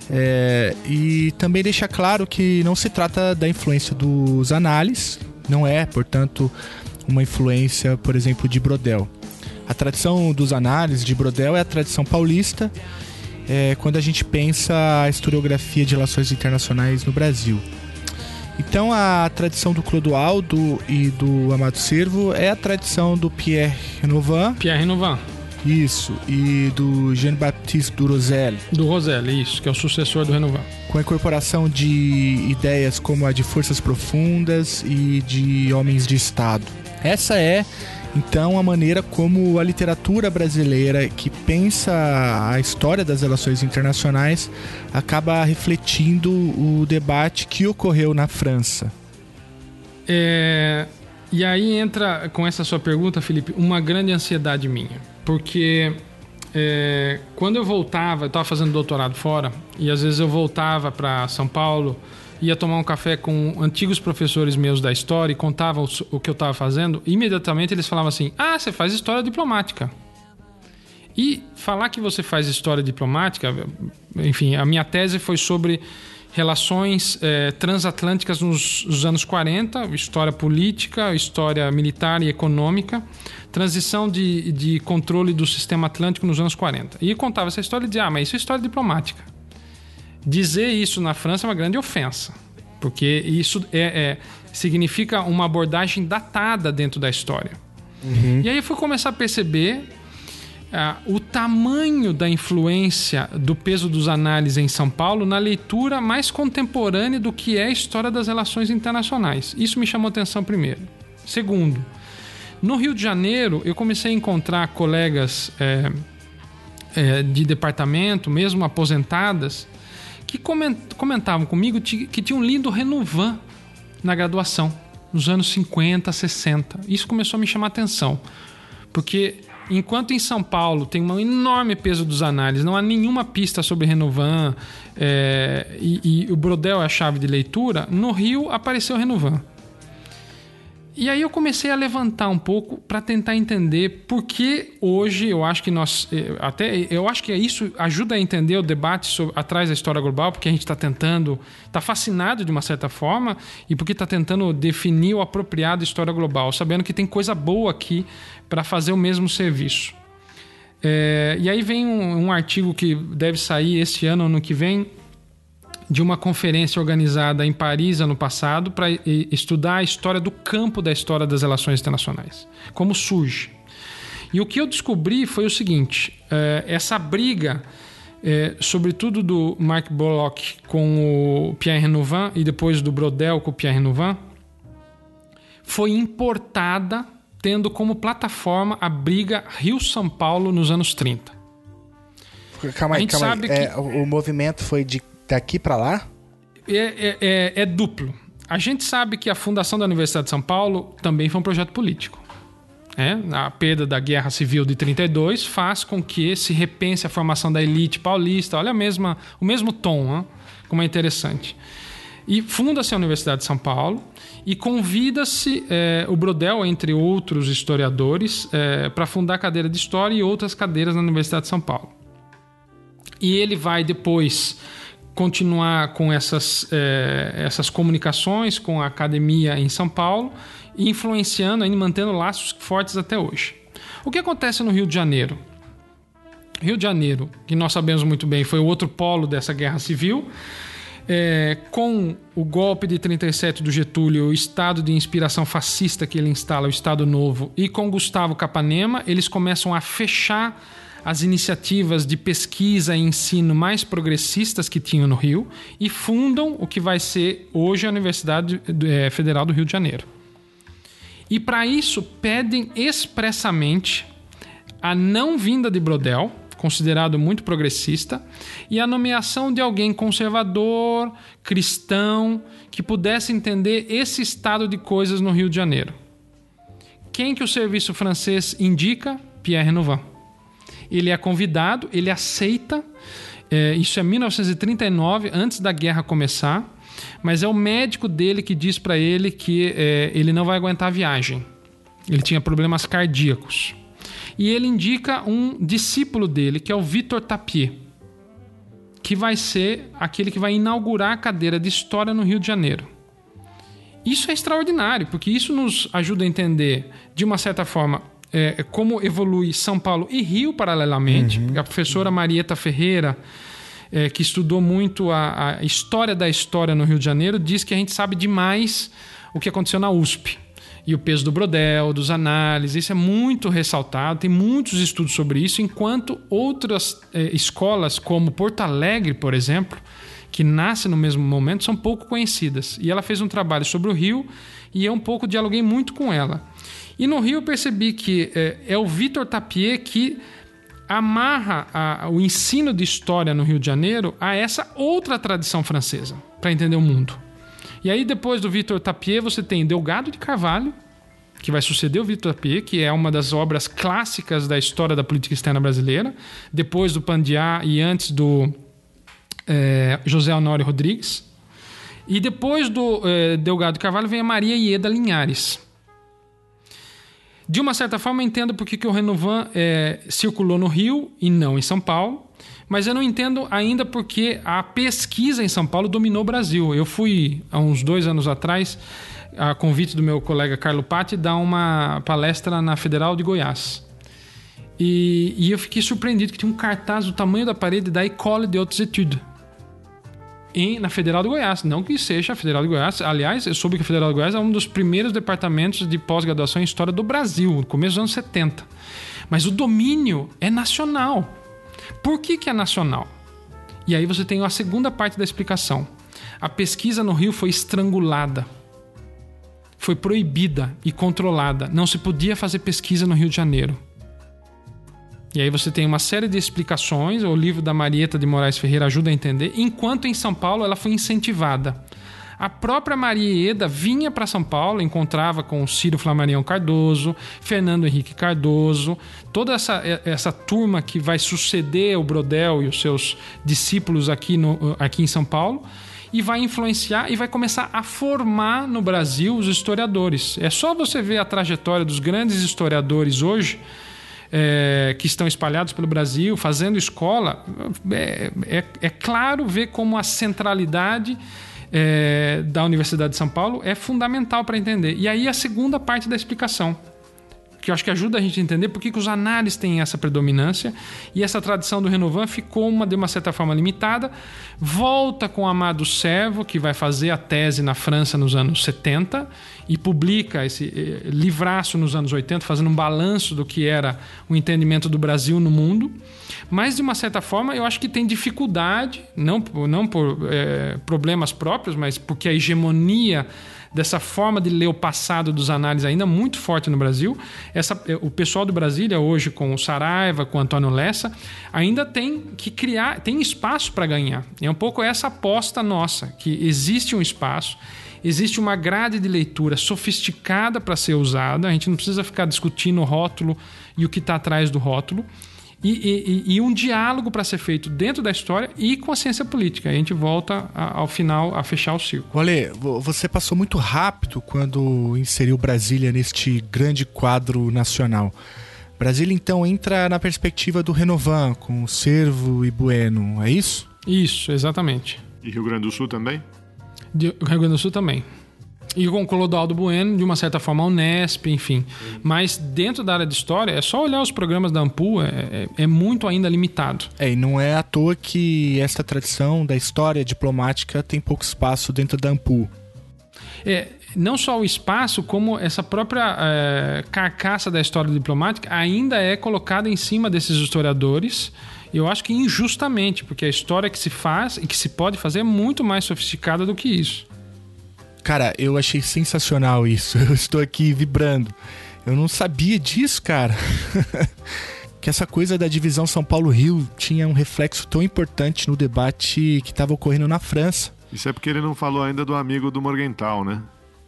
E também deixa claro que não se trata da influência dos análises, não é, portanto, uma influência, por exemplo, de Brodel. A tradição dos análises de Brodel é a tradição paulista, quando a gente pensa a historiografia de relações internacionais no Brasil. Então a tradição do Clodoaldo e do Amado Servo é a tradição do Pierre Renovan. Isso, e do Jean-Baptiste du Roselle. Do Roselle, isso, que é o sucessor do Renovan. Com a incorporação de ideias como a de forças profundas e de homens de Estado. Essa é, então, a maneira como a literatura brasileira que pensa a história das relações internacionais acaba refletindo o debate que ocorreu na França. E aí entra, com essa sua pergunta, Felipe, uma grande ansiedade minha. Porque quando eu voltava, eu estava fazendo doutorado fora, e às vezes eu voltava para São Paulo, ia tomar um café com antigos professores meus da história e contava o que eu estava fazendo, e imediatamente eles falavam assim: ah, você faz história diplomática. E falar que você faz história diplomática, enfim, a minha tese foi sobre relações transatlânticas nos anos 40, história política, história militar e econômica, transição de controle do sistema atlântico nos anos 40. E contava essa história e dizia: ah, mas isso é história diplomática. Dizer isso na França é uma grande ofensa, porque isso significa uma abordagem datada dentro da história. Uhum. E aí eu fui começar a perceber o tamanho da influência do peso dos análises em São Paulo na leitura mais contemporânea do que é a história das relações internacionais. Isso me chamou atenção primeiro. Segundo, no Rio de Janeiro eu comecei a encontrar colegas de departamento, mesmo aposentadas, que comentavam comigo que tinham lido Renovan na graduação, nos anos 50, 60. Isso começou a me chamar a atenção, porque enquanto em São Paulo tem um enorme peso dos análises, não há nenhuma pista sobre Renovan, e o Brodel é a chave de leitura, no Rio apareceu Renovan. E aí eu comecei a levantar um pouco para tentar entender por que hoje eu acho que eu acho que isso ajuda a entender o debate atrás da história global, porque a gente está fascinado de uma certa forma e porque está tentando definir o apropriado da história global, sabendo que tem coisa boa aqui para fazer o mesmo serviço. E aí vem um artigo que deve sair esse ano ou ano que vem, de uma conferência organizada em Paris ano passado para estudar a história do campo da história das relações internacionais, como surge. E o que eu descobri foi o seguinte, essa briga, sobretudo do Marc Bloch com o Pierre Renouvin e depois do Brodel com o Pierre Renouvin, foi importada tendo como plataforma a briga Rio-São Paulo nos anos 30. Calma aí. O movimento foi daqui para lá? É duplo. A gente sabe que a fundação da Universidade de São Paulo também foi um projeto político. A perda da Guerra Civil de 32 faz com que se repense a formação da elite paulista. Olha o mesmo tom, como é interessante. E funda-se a Universidade de São Paulo e convida-se o Brodel, entre outros historiadores, para fundar a cadeira de História e outras cadeiras na Universidade de São Paulo. E ele vai depois continuar com essas comunicações com a academia em São Paulo, influenciando, ainda mantendo laços fortes até hoje. O que acontece no Rio de Janeiro? Rio de Janeiro, que nós sabemos muito bem, foi o outro polo dessa guerra civil. Com o golpe de 37 do Getúlio, o estado de inspiração fascista que ele instala, o Estado Novo, e com Gustavo Capanema, eles começam a fechar as iniciativas de pesquisa e ensino mais progressistas que tinham no Rio e fundam o que vai ser hoje a Universidade Federal do Rio de Janeiro. E para isso pedem expressamente a não vinda de Brodel, considerado muito progressista, e a nomeação de alguém conservador, cristão, que pudesse entender esse estado de coisas no Rio de Janeiro. Quem que o serviço francês indica? Pierre Renouvin. Ele é convidado, ele aceita, isso é 1939, antes da guerra começar, mas é o médico dele que diz para ele que ele não vai aguentar a viagem. Ele tinha problemas cardíacos. E ele indica um discípulo dele, que é o Victor Tapier, que vai ser aquele que vai inaugurar a cadeira de História no Rio de Janeiro. Isso é extraordinário, porque isso nos ajuda a entender, de uma certa forma, como evolui São Paulo e Rio paralelamente. A professora Marieta Ferreira, que estudou muito a história da história no Rio de Janeiro, diz que a gente sabe demais o que aconteceu na USP. E o peso do Brodel, dos análises, isso é muito ressaltado, tem muitos estudos sobre isso, enquanto outras escolas, como Porto Alegre, por exemplo, que nasce no mesmo momento, são pouco conhecidas. E ela fez um trabalho sobre o Rio e eu um pouco dialoguei muito com ela. E no Rio eu percebi que é o Victor Tapier que amarra o ensino de história no Rio de Janeiro a essa outra tradição francesa, para entender o mundo. E aí, depois do Victor Tapier, você tem Delgado de Carvalho, que vai suceder o Victor Tapier, que é uma das obras clássicas da história da política externa brasileira, depois do Pandiá e antes do José Honório Rodrigues. E depois do Delgado de Carvalho vem a Maria Ieda Linhares. De uma certa forma, eu entendo porque que o Renouvin circulou no Rio e não em São Paulo, mas eu não entendo ainda porque a pesquisa em São Paulo dominou o Brasil. Eu fui, há uns 2 anos atrás, a convite do meu colega Carlo Patti, dar uma palestra na Federal de Goiás. E eu fiquei surpreendido que tinha um cartaz do tamanho da parede da École des Hautes Études na Federal de Goiás. Não que seja a Federal de Goiás. Aliás, eu soube que a Federal de Goiás é um dos primeiros departamentos de pós-graduação em História do Brasil, no começo dos anos 70. Mas o domínio é nacional. Por que é nacional? E aí você tem a segunda parte da explicação. A pesquisa no Rio foi estrangulada. Foi proibida e controlada. Não se podia fazer pesquisa no Rio de Janeiro. E aí você tem uma série de explicações. O livro da Marieta de Moraes Ferreira ajuda a entender. Enquanto em São Paulo ela foi incentivada. A própria Maria Ieda vinha para São Paulo, encontrava com o Ciro Flammarion Cardoso, Fernando Henrique Cardoso, toda essa turma que vai suceder o Brodel e os seus discípulos aqui em São Paulo. e vai influenciar e vai começar a formar no Brasil os historiadores. É só você ver a trajetória dos grandes historiadores hoje, que estão espalhados pelo Brasil, fazendo escola. É claro ver como a centralidade da Universidade de São Paulo é fundamental para entender. E aí a segunda parte da explicação, que eu acho que ajuda a gente a entender por que os análises têm essa predominância, e essa tradição do Renovan ficou de uma certa forma limitada. Volta com Amado Servo, que vai fazer a tese na França nos anos 70 e publica esse livraço nos anos 80, fazendo um balanço do que era o entendimento do Brasil no mundo. Mas, de uma certa forma, eu acho que tem dificuldade, não por problemas próprios, mas porque a hegemonia dessa forma de ler o passado dos análises ainda muito forte no Brasil. O pessoal do Brasília hoje, com o Saraiva, com o Antônio Lessa, ainda tem que criar, tem espaço para ganhar. É um pouco essa aposta nossa, que existe um espaço, existe uma grade de leitura sofisticada para ser usada, a gente não precisa ficar discutindo o rótulo e o que está atrás do rótulo, e um diálogo para ser feito dentro da história e com a ciência política. A gente volta ao final a fechar o círculo. Olê, você passou muito rápido quando inseriu Brasília neste grande quadro nacional. Brasília, então, entra na perspectiva do Renovan, com Servo e Bueno, é isso? Isso, exatamente. E Rio Grande do Sul também? Rio Grande do Sul também. E com o Clodoaldo Bueno, de uma certa forma, a Unesp, enfim. Mas dentro da área de história, é só olhar os programas da AMPU, é muito ainda limitado. E não é à toa que essa tradição da história diplomática tem pouco espaço dentro da AMPU. Não só o espaço, como essa própria carcaça da história diplomática ainda é colocada em cima desses historiadores. Eu acho que injustamente, porque a história que se faz e que se pode fazer é muito mais sofisticada do que isso. Cara, eu achei sensacional isso. Eu estou aqui vibrando. Eu não sabia disso, cara. Que essa coisa da divisão São Paulo-Rio tinha um reflexo tão importante no debate que estava ocorrendo na França. Isso é porque ele não falou ainda do amigo do Morgenthau, né?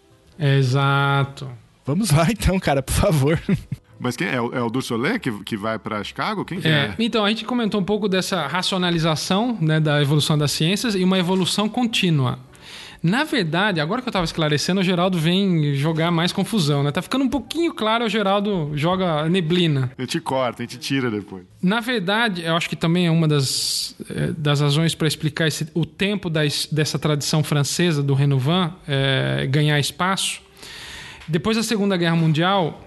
Exato. Vamos lá então, cara, por favor. Mas quem é o Dursolé que vai para Chicago? Quem que é? Então, a gente comentou um pouco dessa racionalização, né, da evolução das ciências e uma evolução contínua. Na verdade, agora que eu estava esclarecendo, o Geraldo vem jogar mais confusão, né? Tá ficando um pouquinho claro, o Geraldo joga neblina. Eu te corto, a gente tira depois. Na verdade, eu acho que também é uma das razões para explicar o tempo dessa tradição francesa do Renovan ganhar espaço. Depois da Segunda Guerra Mundial,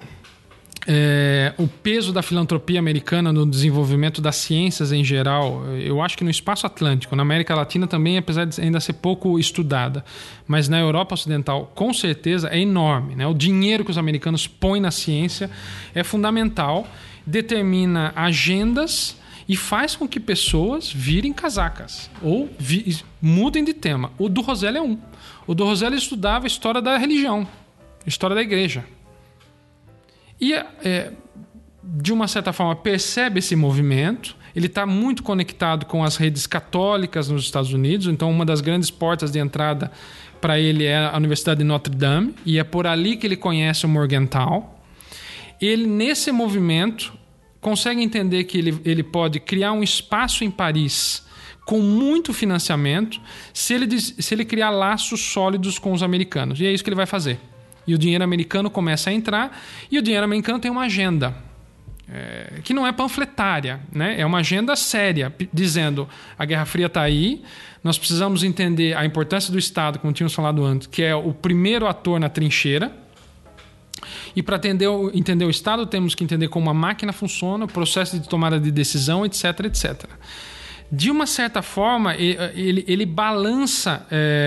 o peso da filantropia americana no desenvolvimento das ciências em geral, eu acho que no espaço atlântico, na América Latina também, apesar de ainda ser pouco estudada, mas na Europa Ocidental com certeza é enorme, né? O dinheiro que os americanos põem na ciência é fundamental, determina agendas e faz com que pessoas virem casacas ou mudem de tema. O do Rosselli é um. O do Rosselli estudava a história da religião, história da igreja. E, de uma certa forma, percebe esse movimento. Ele está muito conectado com as redes católicas nos Estados Unidos. Então, uma das grandes portas de entrada para ele é a Universidade de Notre Dame. E é por ali que ele conhece o Morgenthau. Ele, nesse movimento, consegue entender que ele pode criar um espaço em Paris com muito financiamento se ele criar laços sólidos com os americanos. E é isso que ele vai fazer. E o dinheiro americano começa a entrar, e o dinheiro americano tem uma agenda, que não é panfletária, né? É uma agenda séria, dizendo a Guerra Fria está aí, nós precisamos entender a importância do Estado, como tínhamos falado antes, que é o primeiro ator na trincheira, e para entender o Estado temos que entender como a máquina funciona, o processo de tomada de decisão, etc, etc. De uma certa forma, ele balança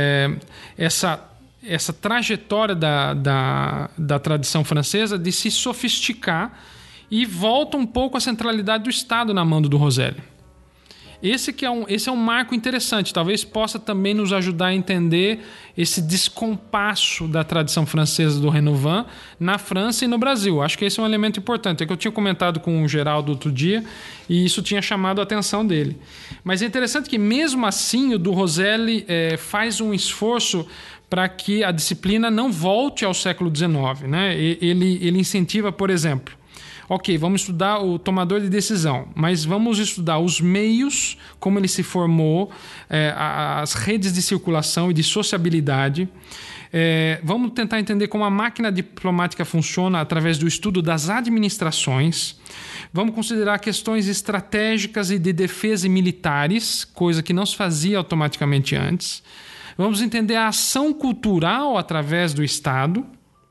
essa trajetória da tradição francesa de se sofisticar e volta um pouco a centralidade do Estado na mão do Rosselli. Esse é um marco interessante, talvez possa também nos ajudar a entender esse descompasso da tradição francesa do Renovan na França e no Brasil. Acho que esse é um elemento importante. É que eu tinha comentado com o Geraldo outro dia e isso tinha chamado a atenção dele. Mas é interessante que mesmo assim o do Rosselli faz um esforço para que a disciplina não volte ao século XIX, né? Ele incentiva, por exemplo, Ok, vamos estudar o tomador de decisão, mas vamos estudar os meios, como ele se formou, as redes de circulação e de sociabilidade. Vamos tentar entender como a máquina diplomática funciona através do estudo das administrações. Vamos considerar questões estratégicas e de defesa e militares, coisa que não se fazia automaticamente antes. Vamos entender a ação cultural através do Estado.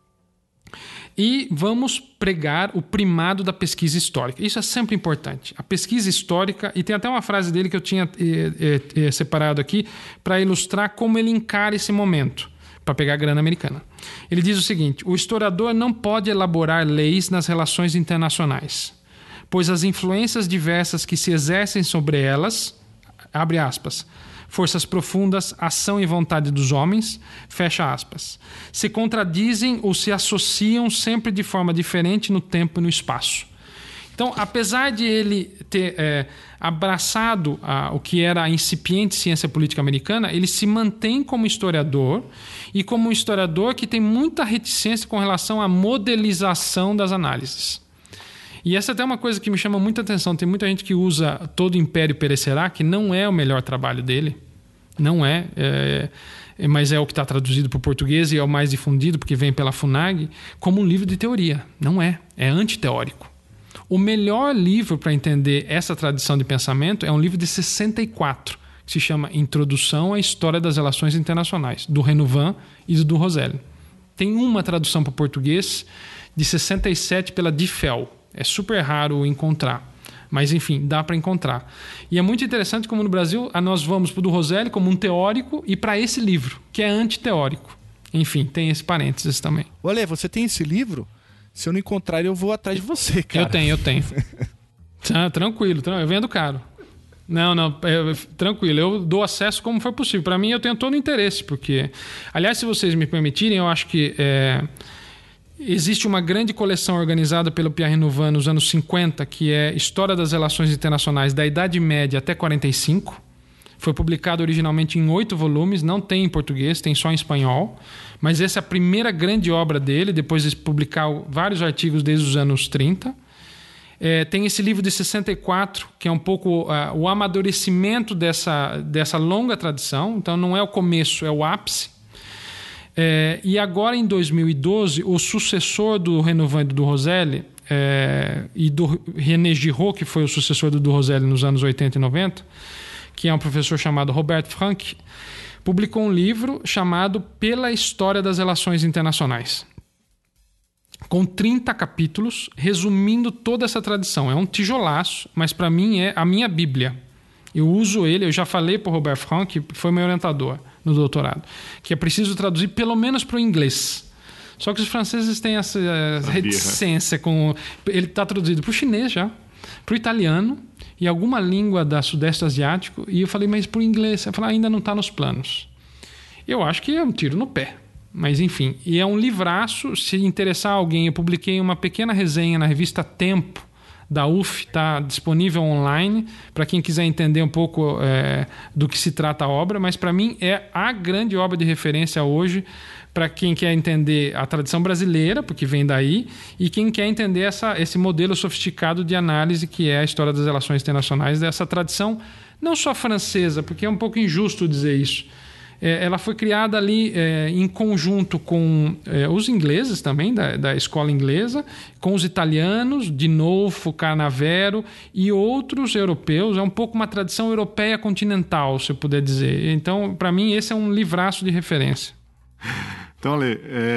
E vamos pregar o primado da pesquisa histórica. Isso é sempre importante. A pesquisa histórica, e tem até uma frase dele que eu tinha separado aqui para ilustrar como ele encara esse momento, para pegar a grana americana. Ele diz o seguinte: o historiador não pode elaborar leis nas relações internacionais, pois as influências diversas que se exercem sobre elas, abre aspas, forças profundas, ação e vontade dos homens, fecha aspas, se contradizem ou se associam sempre de forma diferente no tempo e no espaço. Então, apesar de ele ter abraçado o que era a incipiente ciência política americana, ele se mantém como historiador e como um historiador que tem muita reticência com relação à modelização das análises. E essa é até uma coisa que me chama muita atenção. Tem muita gente que usa Todo Império Perecerá, que não é o melhor trabalho dele. Não mas é o que está traduzido para o português e é o mais difundido, porque vem pela FUNAG, como um livro de teoria. Não é antiteórico. O melhor livro para entender essa tradição de pensamento é um livro de 64, que se chama Introdução à História das Relações Internacionais, do Renouvin e do Rosselli. Tem uma tradução para o português de 67 pela Diffel. É super raro encontrar, mas enfim, dá para encontrar. E é muito interessante como no Brasil nós vamos para o do Rosselli como um teórico e para esse livro, que é antiteórico. Enfim, tem esse parênteses também. Olê, você tem esse livro? Se eu não encontrar, eu vou atrás de você, cara. Eu tenho. Tranquilo, eu vendo caro. Não, tranquilo, eu dou acesso como for possível. Para mim, eu tenho todo o interesse, porque... Aliás, se vocês me permitirem, eu acho que... Existe uma grande coleção organizada pelo Pierre Renouvin nos anos 50, que é História das Relações Internacionais da Idade Média até 45. Foi publicado originalmente em 8 volumes, não tem em português, tem só em espanhol. Mas essa é a primeira grande obra dele, depois de publicar vários artigos desde os anos 30. Tem esse livro de 64, que é um pouco o amadurecimento dessa longa tradição. Então não é o começo, é o ápice. E agora, em 2012, o sucessor do Renouvin e do Rosselli, e do René Giraud, que foi o sucessor do Rosselli nos anos 80 e 90, que é um professor chamado Robert Frank, publicou um livro chamado Pela História das Relações Internacionais, com 30 capítulos, resumindo toda essa tradição. É um tijolaço, mas para mim é a minha Bíblia. Eu uso ele, eu já falei para o Robert Frank, que foi meu orientador no doutorado, que é preciso traduzir pelo menos para o inglês. Só que os franceses têm essa reticência com... Ele está traduzido para o chinês já, para o italiano e alguma língua da Sudeste Asiático. E eu falei, mas para o inglês? Eu falei, ainda não está nos planos. Eu acho que é um tiro no pé. Mas enfim, e é um livraço. Se interessar alguém, eu publiquei uma pequena resenha na revista Tempo, da UF, está disponível online para quem quiser entender um pouco do que se trata a obra, mas para mim é a grande obra de referência hoje para quem quer entender a tradição brasileira, porque vem daí, e quem quer entender esse modelo sofisticado de análise que é a história das relações internacionais, dessa tradição não só francesa, porque é um pouco injusto dizer isso. Ela foi criada ali em conjunto com os ingleses também, da escola inglesa, com os italianos, de novo, Canavero, e outros europeus. É um pouco uma tradição europeia continental, se eu puder dizer. Então, para mim, esse é um livraço de referência. Então, Ale,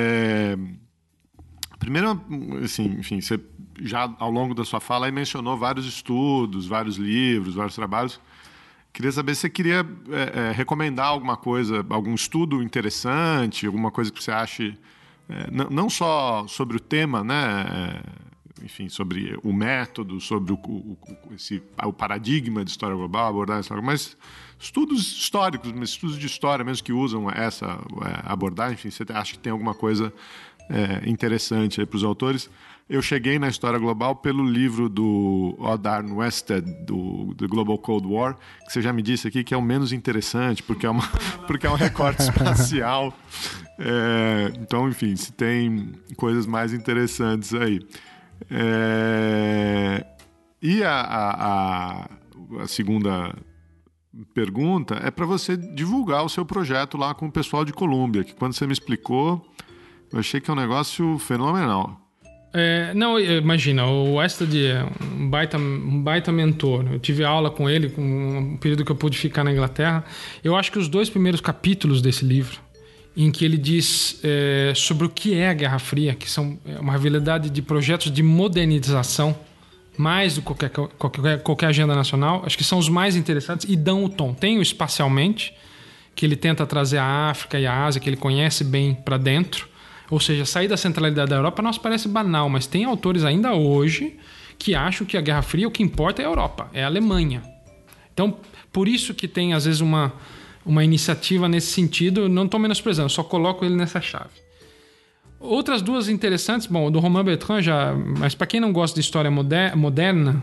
primeiro, assim, enfim, você já ao longo da sua fala aí mencionou vários estudos, vários livros, vários trabalhos. Queria saber se você queria recomendar alguma coisa, algum estudo interessante, alguma coisa que você ache, não só sobre o tema, né? Enfim, sobre o método, sobre o paradigma de história global, abordar essa, mas estudos históricos, mas estudos de história mesmo que usam essa abordagem. Enfim, você acha que tem alguma coisa interessante aí para os autores? Eu cheguei na história global pelo livro do Odd Arnwested, do Global Cold War, que você já me disse aqui que é o menos interessante, porque é um recorte espacial. Então, enfim, se tem coisas mais interessantes aí. E a segunda pergunta é para você divulgar o seu projeto lá com o pessoal de Colômbia, que quando você me explicou, eu achei que é um negócio fenomenal. Não, imagina, o Westad é um baita mentor. Eu tive aula com ele com um período que eu pude ficar na Inglaterra. Eu acho que os 2 primeiros capítulos desse livro, em que ele diz sobre o que é a Guerra Fria, que são uma rivalidade de projetos de modernização, mais do que qualquer agenda nacional, acho que são os mais interessantes e dão o tom. Tem o Espacialmente, que ele tenta trazer a África e a Ásia, que ele conhece bem para dentro. Ou seja, sair da centralidade da Europa nos parece banal, mas tem autores ainda hoje que acham que a Guerra Fria, o que importa é a Europa, é a Alemanha. Então, por isso que tem às vezes uma iniciativa nesse sentido. Eu não estou menosprezando, só coloco ele nessa chave. Outras 2 interessantes, bom, o do Romain Bertrand mas para quem não gosta de história moderna,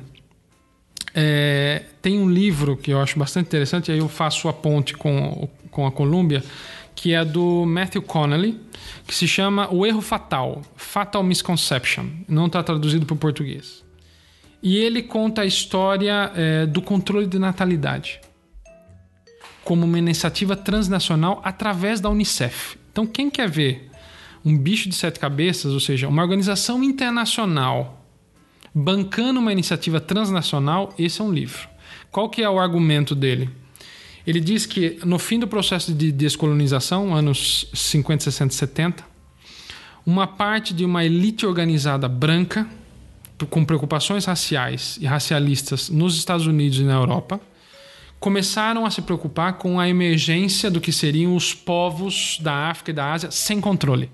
tem um livro que eu acho bastante interessante, e aí eu faço a ponte com a Colômbia, que é do Matthew Connelly, que se chama O Erro Fatal, Fatal Misconception, não está traduzido para o português. E ele conta a história do controle de natalidade como uma iniciativa transnacional através da Unicef. Então, quem quer ver um bicho de 7 cabeças, ou seja, uma organização internacional bancando uma iniciativa transnacional, esse é um livro. Qual que é o argumento dele? Ele diz que no fim do processo de descolonização, anos 50, 60 e 70, uma parte de uma elite organizada branca, com preocupações raciais e racialistas nos Estados Unidos e na Europa, começaram a se preocupar com a emergência do que seriam os povos da África e da Ásia sem controle.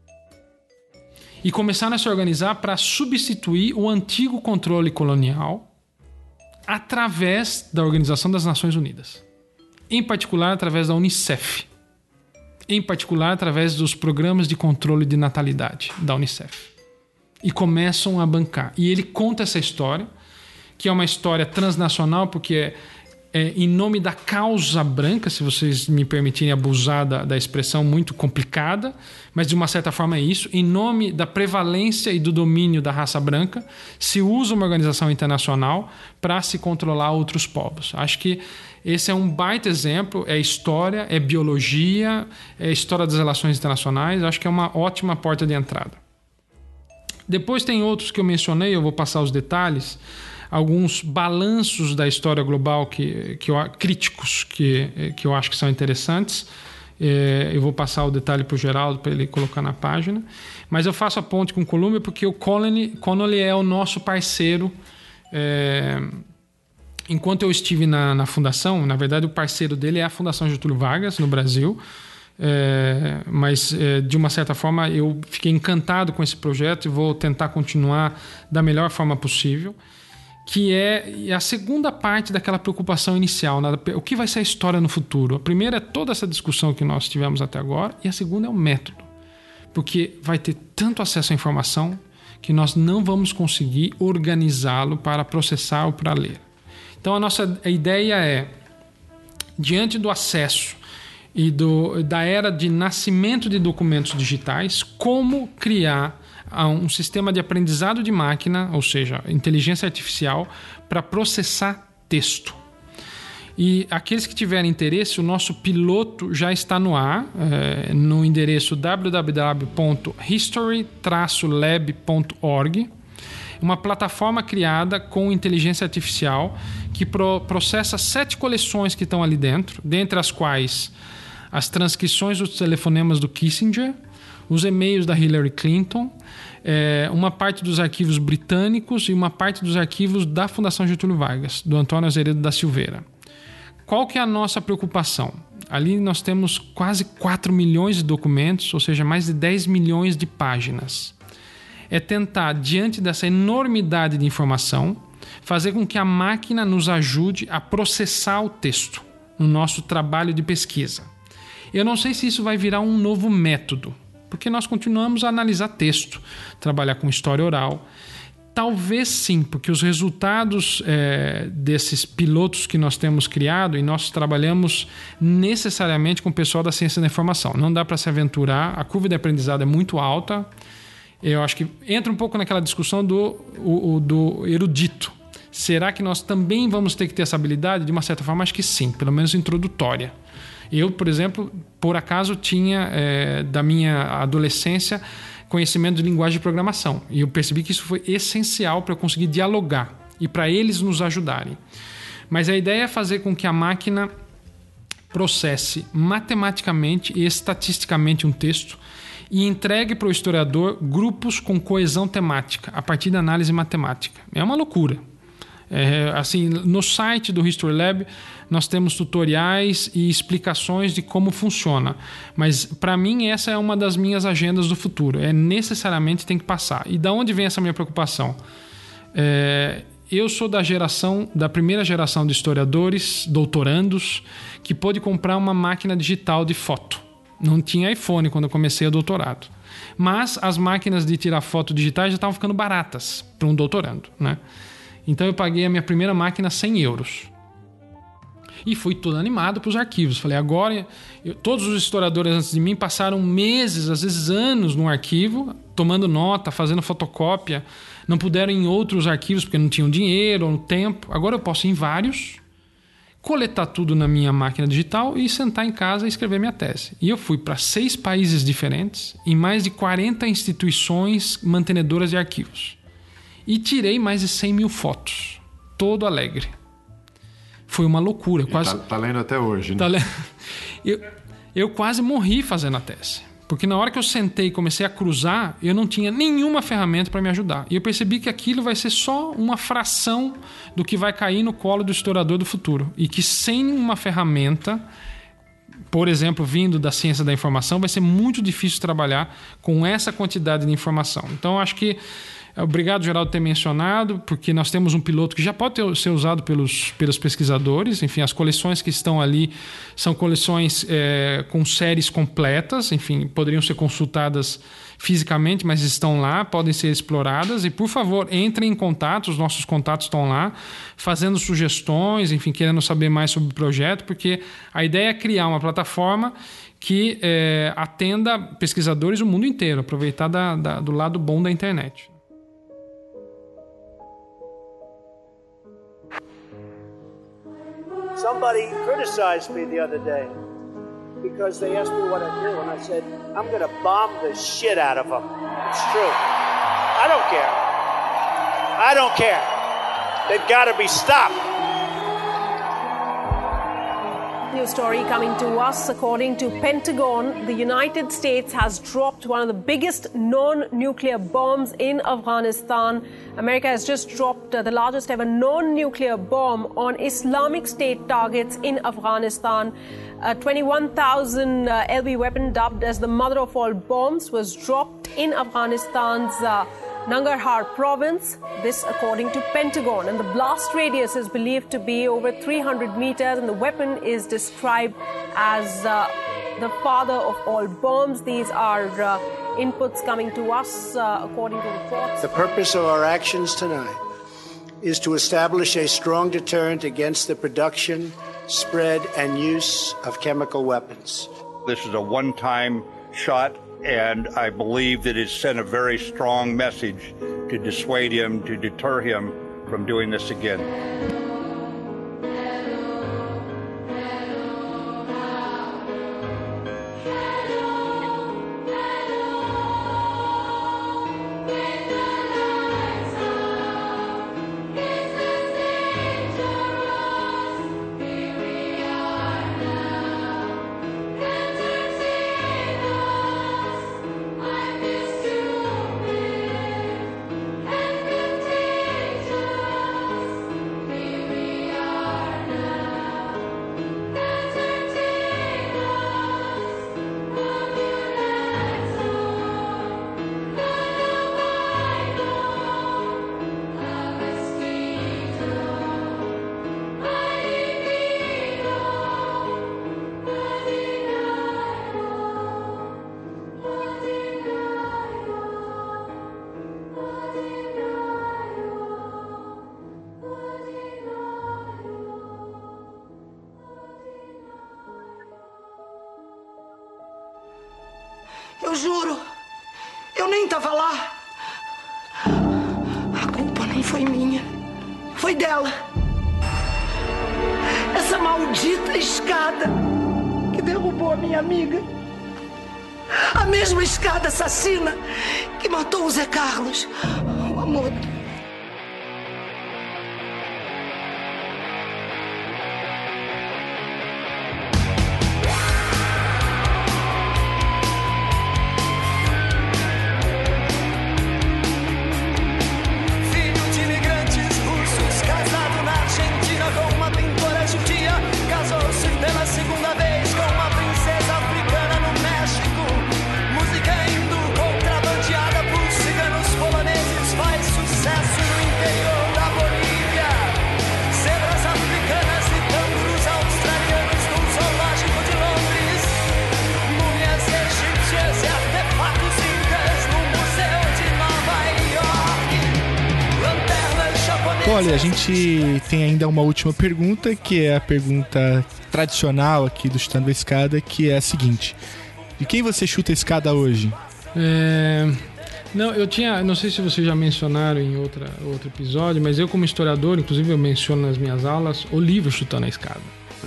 E começaram a se organizar para substituir o antigo controle colonial através da Organização das Nações Unidas. Em particular, através da Unicef. Em particular, através dos programas de controle de natalidade da Unicef. E começam a bancar. E ele conta essa história, que é uma história transnacional, porque em nome da causa branca, se vocês me permitirem abusar da expressão muito complicada, mas de uma certa forma é isso, em nome da prevalência e do domínio da raça branca, se usa uma organização internacional para se controlar outros povos. Acho que esse é um baita exemplo, é história, é biologia, é história das relações internacionais, acho que é uma ótima porta de entrada. Depois tem outros que eu mencionei, eu vou passar os detalhes, alguns balanços da história global críticos que eu acho que são interessantes. Eu vou passar o detalhe para o Geraldo para ele colocar na página. Mas eu faço a ponte com o Colômbia porque o Connolly é o nosso parceiro. Enquanto eu estive na fundação, na verdade o parceiro dele é a Fundação Getúlio Vargas, no Brasil. Mas de uma certa forma eu fiquei encantado com esse projeto e vou tentar continuar da melhor forma possível, que é a segunda parte daquela preocupação inicial, o que vai ser a história no futuro. A primeira é toda essa discussão que nós tivemos até agora, e a segunda é o método, porque vai ter tanto acesso à informação que nós não vamos conseguir organizá-lo para processar ou para ler. Então a ideia é, diante do acesso e da era de nascimento de documentos digitais, como criar um sistema de aprendizado de máquina, ou seja, inteligência artificial, para processar texto. E aqueles que tiverem interesse, o nosso piloto já está no ar, no endereço www.history-lab.org, uma plataforma criada com inteligência artificial que processa 7 coleções que estão ali dentro, dentre as quais as transcrições dos telefonemas do Kissinger, os e-mails da Hillary Clinton, uma parte dos arquivos britânicos e uma parte dos arquivos da Fundação Getúlio Vargas, do Antônio Azeredo da Silveira. Qual que é a nossa preocupação? Ali nós temos quase 4 milhões de documentos, ou seja, mais de 10 milhões de páginas. É tentar, diante dessa enormidade de informação, fazer com que a máquina nos ajude a processar o texto no nosso trabalho de pesquisa. Eu não sei se isso vai virar um novo método, porque nós continuamos a analisar texto, trabalhar com história oral. Talvez sim, porque os resultados desses pilotos que nós temos criado, e nós trabalhamos necessariamente com o pessoal da ciência da informação. Não dá para se aventurar, a curva de aprendizado é muito alta. Eu acho que entra um pouco naquela discussão do erudito. Será que nós também vamos ter que ter essa habilidade? De uma certa forma, acho que sim, pelo menos introdutória. Eu, por exemplo, por acaso tinha, da minha adolescência, conhecimento de linguagem de programação. E eu percebi que isso foi essencial para eu conseguir dialogar e para eles nos ajudarem. Mas a ideia é fazer com que a máquina processe matematicamente e estatisticamente um texto e entregue para o historiador grupos com coesão temática a partir da análise matemática. É uma loucura. Assim, no site do History Lab nós temos tutoriais e explicações de como funciona, mas para mim essa é uma das minhas agendas do futuro. Necessariamente tem que passar. E da onde vem essa minha preocupação? Eu sou da primeira geração de historiadores, doutorandos, que pôde comprar uma máquina digital de foto. Não tinha iPhone quando eu comecei o doutorado. Mas as máquinas de tirar foto digitais já estavam ficando baratas para um doutorando, né? Então eu paguei a minha primeira máquina 100 euros. E fui todo animado para os arquivos. Falei, agora... todos os historiadores antes de mim passaram meses, às vezes anos, num arquivo, tomando nota, fazendo fotocópia. Não puderam ir em outros arquivos porque não tinham dinheiro ou tempo. Agora eu posso ir em vários, coletar tudo na minha máquina digital e sentar em casa e escrever minha tese. E eu fui para 6 países diferentes, em mais de 40 instituições mantenedoras de arquivos. E tirei mais de 100 mil fotos, todo alegre. Foi uma loucura. Quase... Tá lendo até hoje, né? Eu quase morri fazendo a tese. Porque na hora que eu sentei e comecei a cruzar, eu não tinha nenhuma ferramenta para me ajudar. E eu percebi que aquilo vai ser só uma fração do que vai cair no colo do historiador do futuro. E que sem uma ferramenta, por exemplo, vindo da ciência da informação, vai ser muito difícil trabalhar com essa quantidade de informação. Então, eu acho que obrigado, Geraldo, por ter mencionado, porque nós temos um piloto que já pode ser usado pelos pesquisadores. Enfim, as coleções que estão ali são coleções com séries completas. Enfim, poderiam ser consultadas fisicamente, mas estão lá, podem ser exploradas. E, por favor, entrem em contato, os nossos contatos estão lá, fazendo sugestões, enfim, querendo saber mais sobre o projeto, porque a ideia é criar uma plataforma que atenda pesquisadores do mundo inteiro, aproveitar do lado bom da internet. Somebody criticized me the other day because they asked me what I do, and I said, I'm going to bomb the shit out of them. It's true. I don't care. I don't care. They've got to be stopped. New story coming to us. According to Pentagon, the United States has dropped one of the biggest non-nuclear bombs in Afghanistan. America has just dropped the largest ever non-nuclear bomb on Islamic State targets in Afghanistan. A 21,000 LB weapon dubbed as the mother of all bombs was dropped in Afghanistan's Nangarhar province, this according to Pentagon. And the blast radius is believed to be over 300 meters, and the weapon is described as the father of all bombs. These are inputs coming to us according to reports. The purpose of our actions tonight is to establish a strong deterrent against the production, spread, and use of chemical weapons. This is a one-time shot, and I believe that it sent a very strong message to dissuade him, to deter him from doing this again. nem estava lá. A culpa não foi minha. Foi dela. Essa maldita escada que derrubou a minha amiga. A mesma escada assassina que matou o Zé Carlos, o amor. Filho de imigrantes russos, casado na Argentina com uma pintora judia, casou-se pela segunda vez com uma princesa africana no México. Música hindu contrabandeada por ciganos poloneses faz sucesso no interior da Bolívia. Zebras africanas e cangurus australianos no zoológico de Londres. Múmias egípcias e artefatos incas no Museu de Nova York. Lanternas japonesas. Olha, a gente tem ainda uma última pergunta, que é a pergunta tradicional aqui do Chutando a Escada, que é a seguinte: de quem você chuta a escada hoje? Não, não sei se vocês já mencionaram em outro episódio, mas eu, como historiador, inclusive eu menciono nas minhas aulas o livro Chutando a Escada.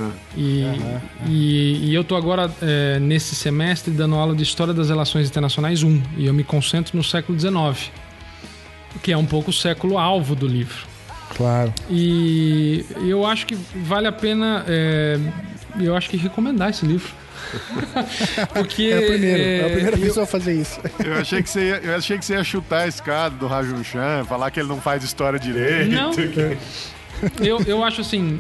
E eu tô agora nesse semestre dando aula de História das Relações Internacionais 1, e eu me concentro no século XIX, que é um pouco o século alvo do livro. Claro. E eu acho que vale a pena eu acho que recomendar esse livro. Porque é a primeira pessoa a fazer isso. Eu achei que você ia chutar a escada do Raju Chan, falar que ele não faz história direito. Não. Eu acho assim,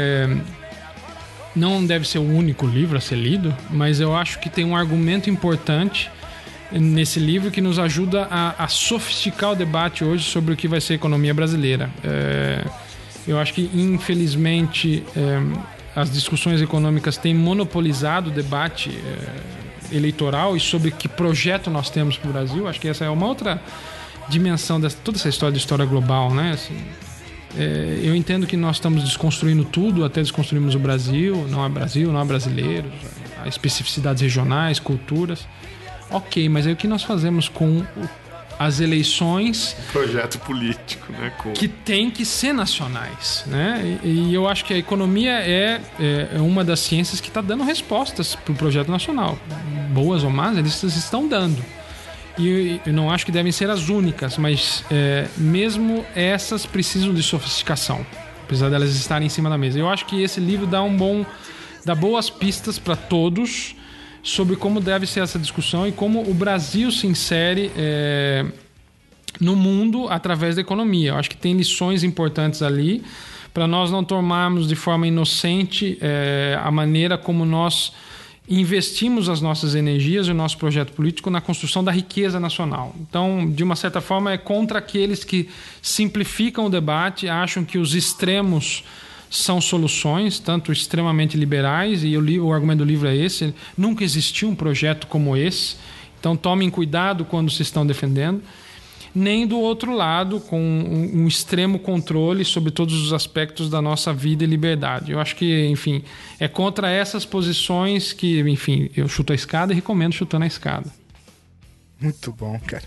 não deve ser o único livro a ser lido, mas eu acho que tem um argumento importante nesse livro que nos ajuda a sofisticar o debate hoje sobre o que vai ser a economia brasileira. Eu acho que, infelizmente, as discussões econômicas têm monopolizado o debate eleitoral e sobre que projeto nós temos para o Brasil. Acho que essa é uma outra dimensão de toda essa história de história global, né? Assim, eu entendo que nós estamos desconstruindo tudo, até desconstruímos o Brasil, não há brasileiros, há especificidades regionais, culturas. Ok, mas aí o que nós fazemos com as eleições... Projeto político, né? Que tem que ser nacionais, né? E eu acho que a economia é uma das ciências que está dando respostas para o projeto nacional. Boas ou más, eles estão dando. E eu não acho que devem ser as únicas, mas mesmo essas precisam de sofisticação, apesar delas estarem em cima da mesa. Eu acho que esse livro dá boas pistas para todos sobre como deve ser essa discussão e como o Brasil se insere no mundo através da economia. Eu acho que tem lições importantes ali para nós não tomarmos de forma inocente a maneira como nós investimos as nossas energias e o nosso projeto político na construção da riqueza nacional. Então, de uma certa forma, é contra aqueles que simplificam o debate, acham que os extremos são soluções, tanto extremamente liberais, e o argumento do livro é esse: nunca existiu um projeto como esse, então tomem cuidado quando se estão defendendo, nem do outro lado, com um extremo controle sobre todos os aspectos da nossa vida e liberdade. Eu acho que, enfim, é contra essas posições que, enfim, eu chuto a escada e recomendo Chutando a Escada. Muito bom, cara.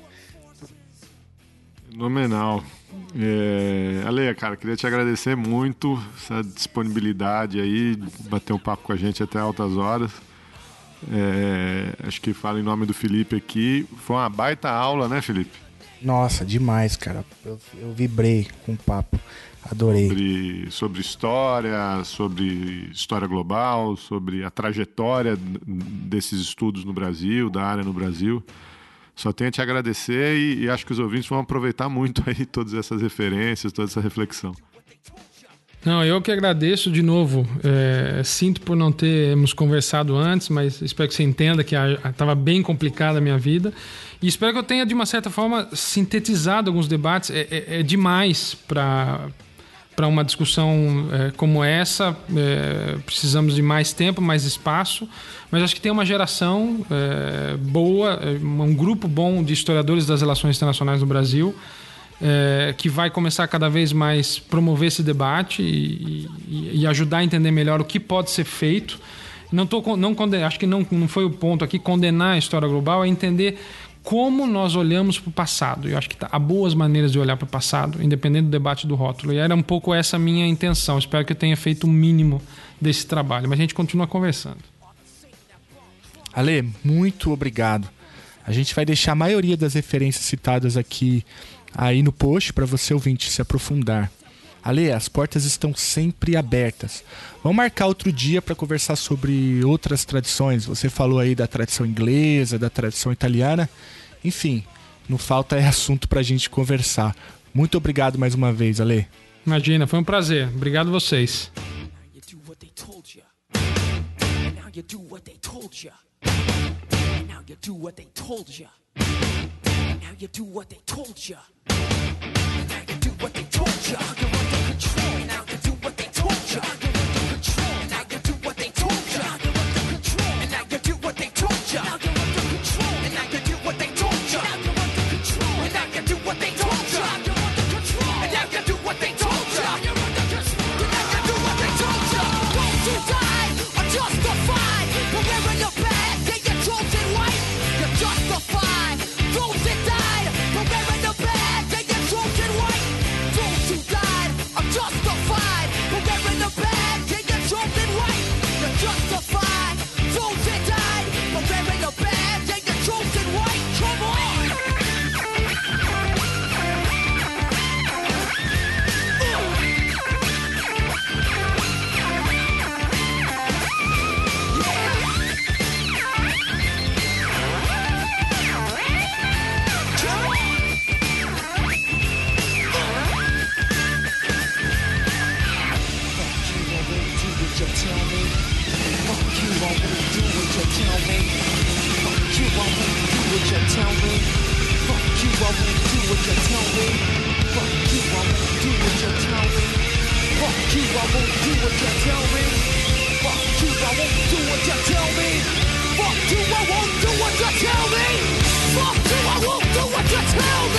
Fenomenal. Ale, cara, queria te agradecer muito essa disponibilidade aí, bater um papo com a gente até altas horas. Acho que falo em nome do Felipe aqui. Foi uma baita aula, né, Felipe? Nossa, demais, cara. Eu vibrei com o papo. Adorei. Sobre história global, sobre a trajetória desses estudos no Brasil, da área no Brasil. Só tenho a te agradecer e acho que os ouvintes vão aproveitar muito aí todas essas referências, toda essa reflexão. Não, eu que agradeço de novo. Sinto por não termos conversado antes, mas espero que você entenda que estava bem complicada a minha vida. E espero que eu tenha, de uma certa forma, sintetizado alguns debates. É demais para uma discussão como essa. Precisamos de mais tempo, mais espaço. Mas acho que tem uma geração boa, um grupo bom de historiadores das relações internacionais no Brasil, que vai começar a cada vez mais promover esse debate e ajudar a entender melhor o que pode ser feito. Acho que não foi o ponto aqui condenar a história global, é entender como nós olhamos para o passado. Eu acho que há boas maneiras de olhar para o passado, independente do debate do rótulo. E era um pouco essa a minha intenção. Espero que eu tenha feito o mínimo desse trabalho. Mas a gente continua conversando. Ale, muito obrigado. A gente vai deixar a maioria das referências citadas aqui aí no post para você, ouvinte, se aprofundar. Ale, as portas estão sempre abertas. Vamos marcar outro dia para conversar sobre outras tradições. Você falou aí da tradição inglesa, da tradição italiana. Enfim, não falta assunto para a gente conversar. Muito obrigado mais uma vez, Ale. Imagina, foi um prazer. Obrigado vocês. Fuck you, I won't do what you tell me.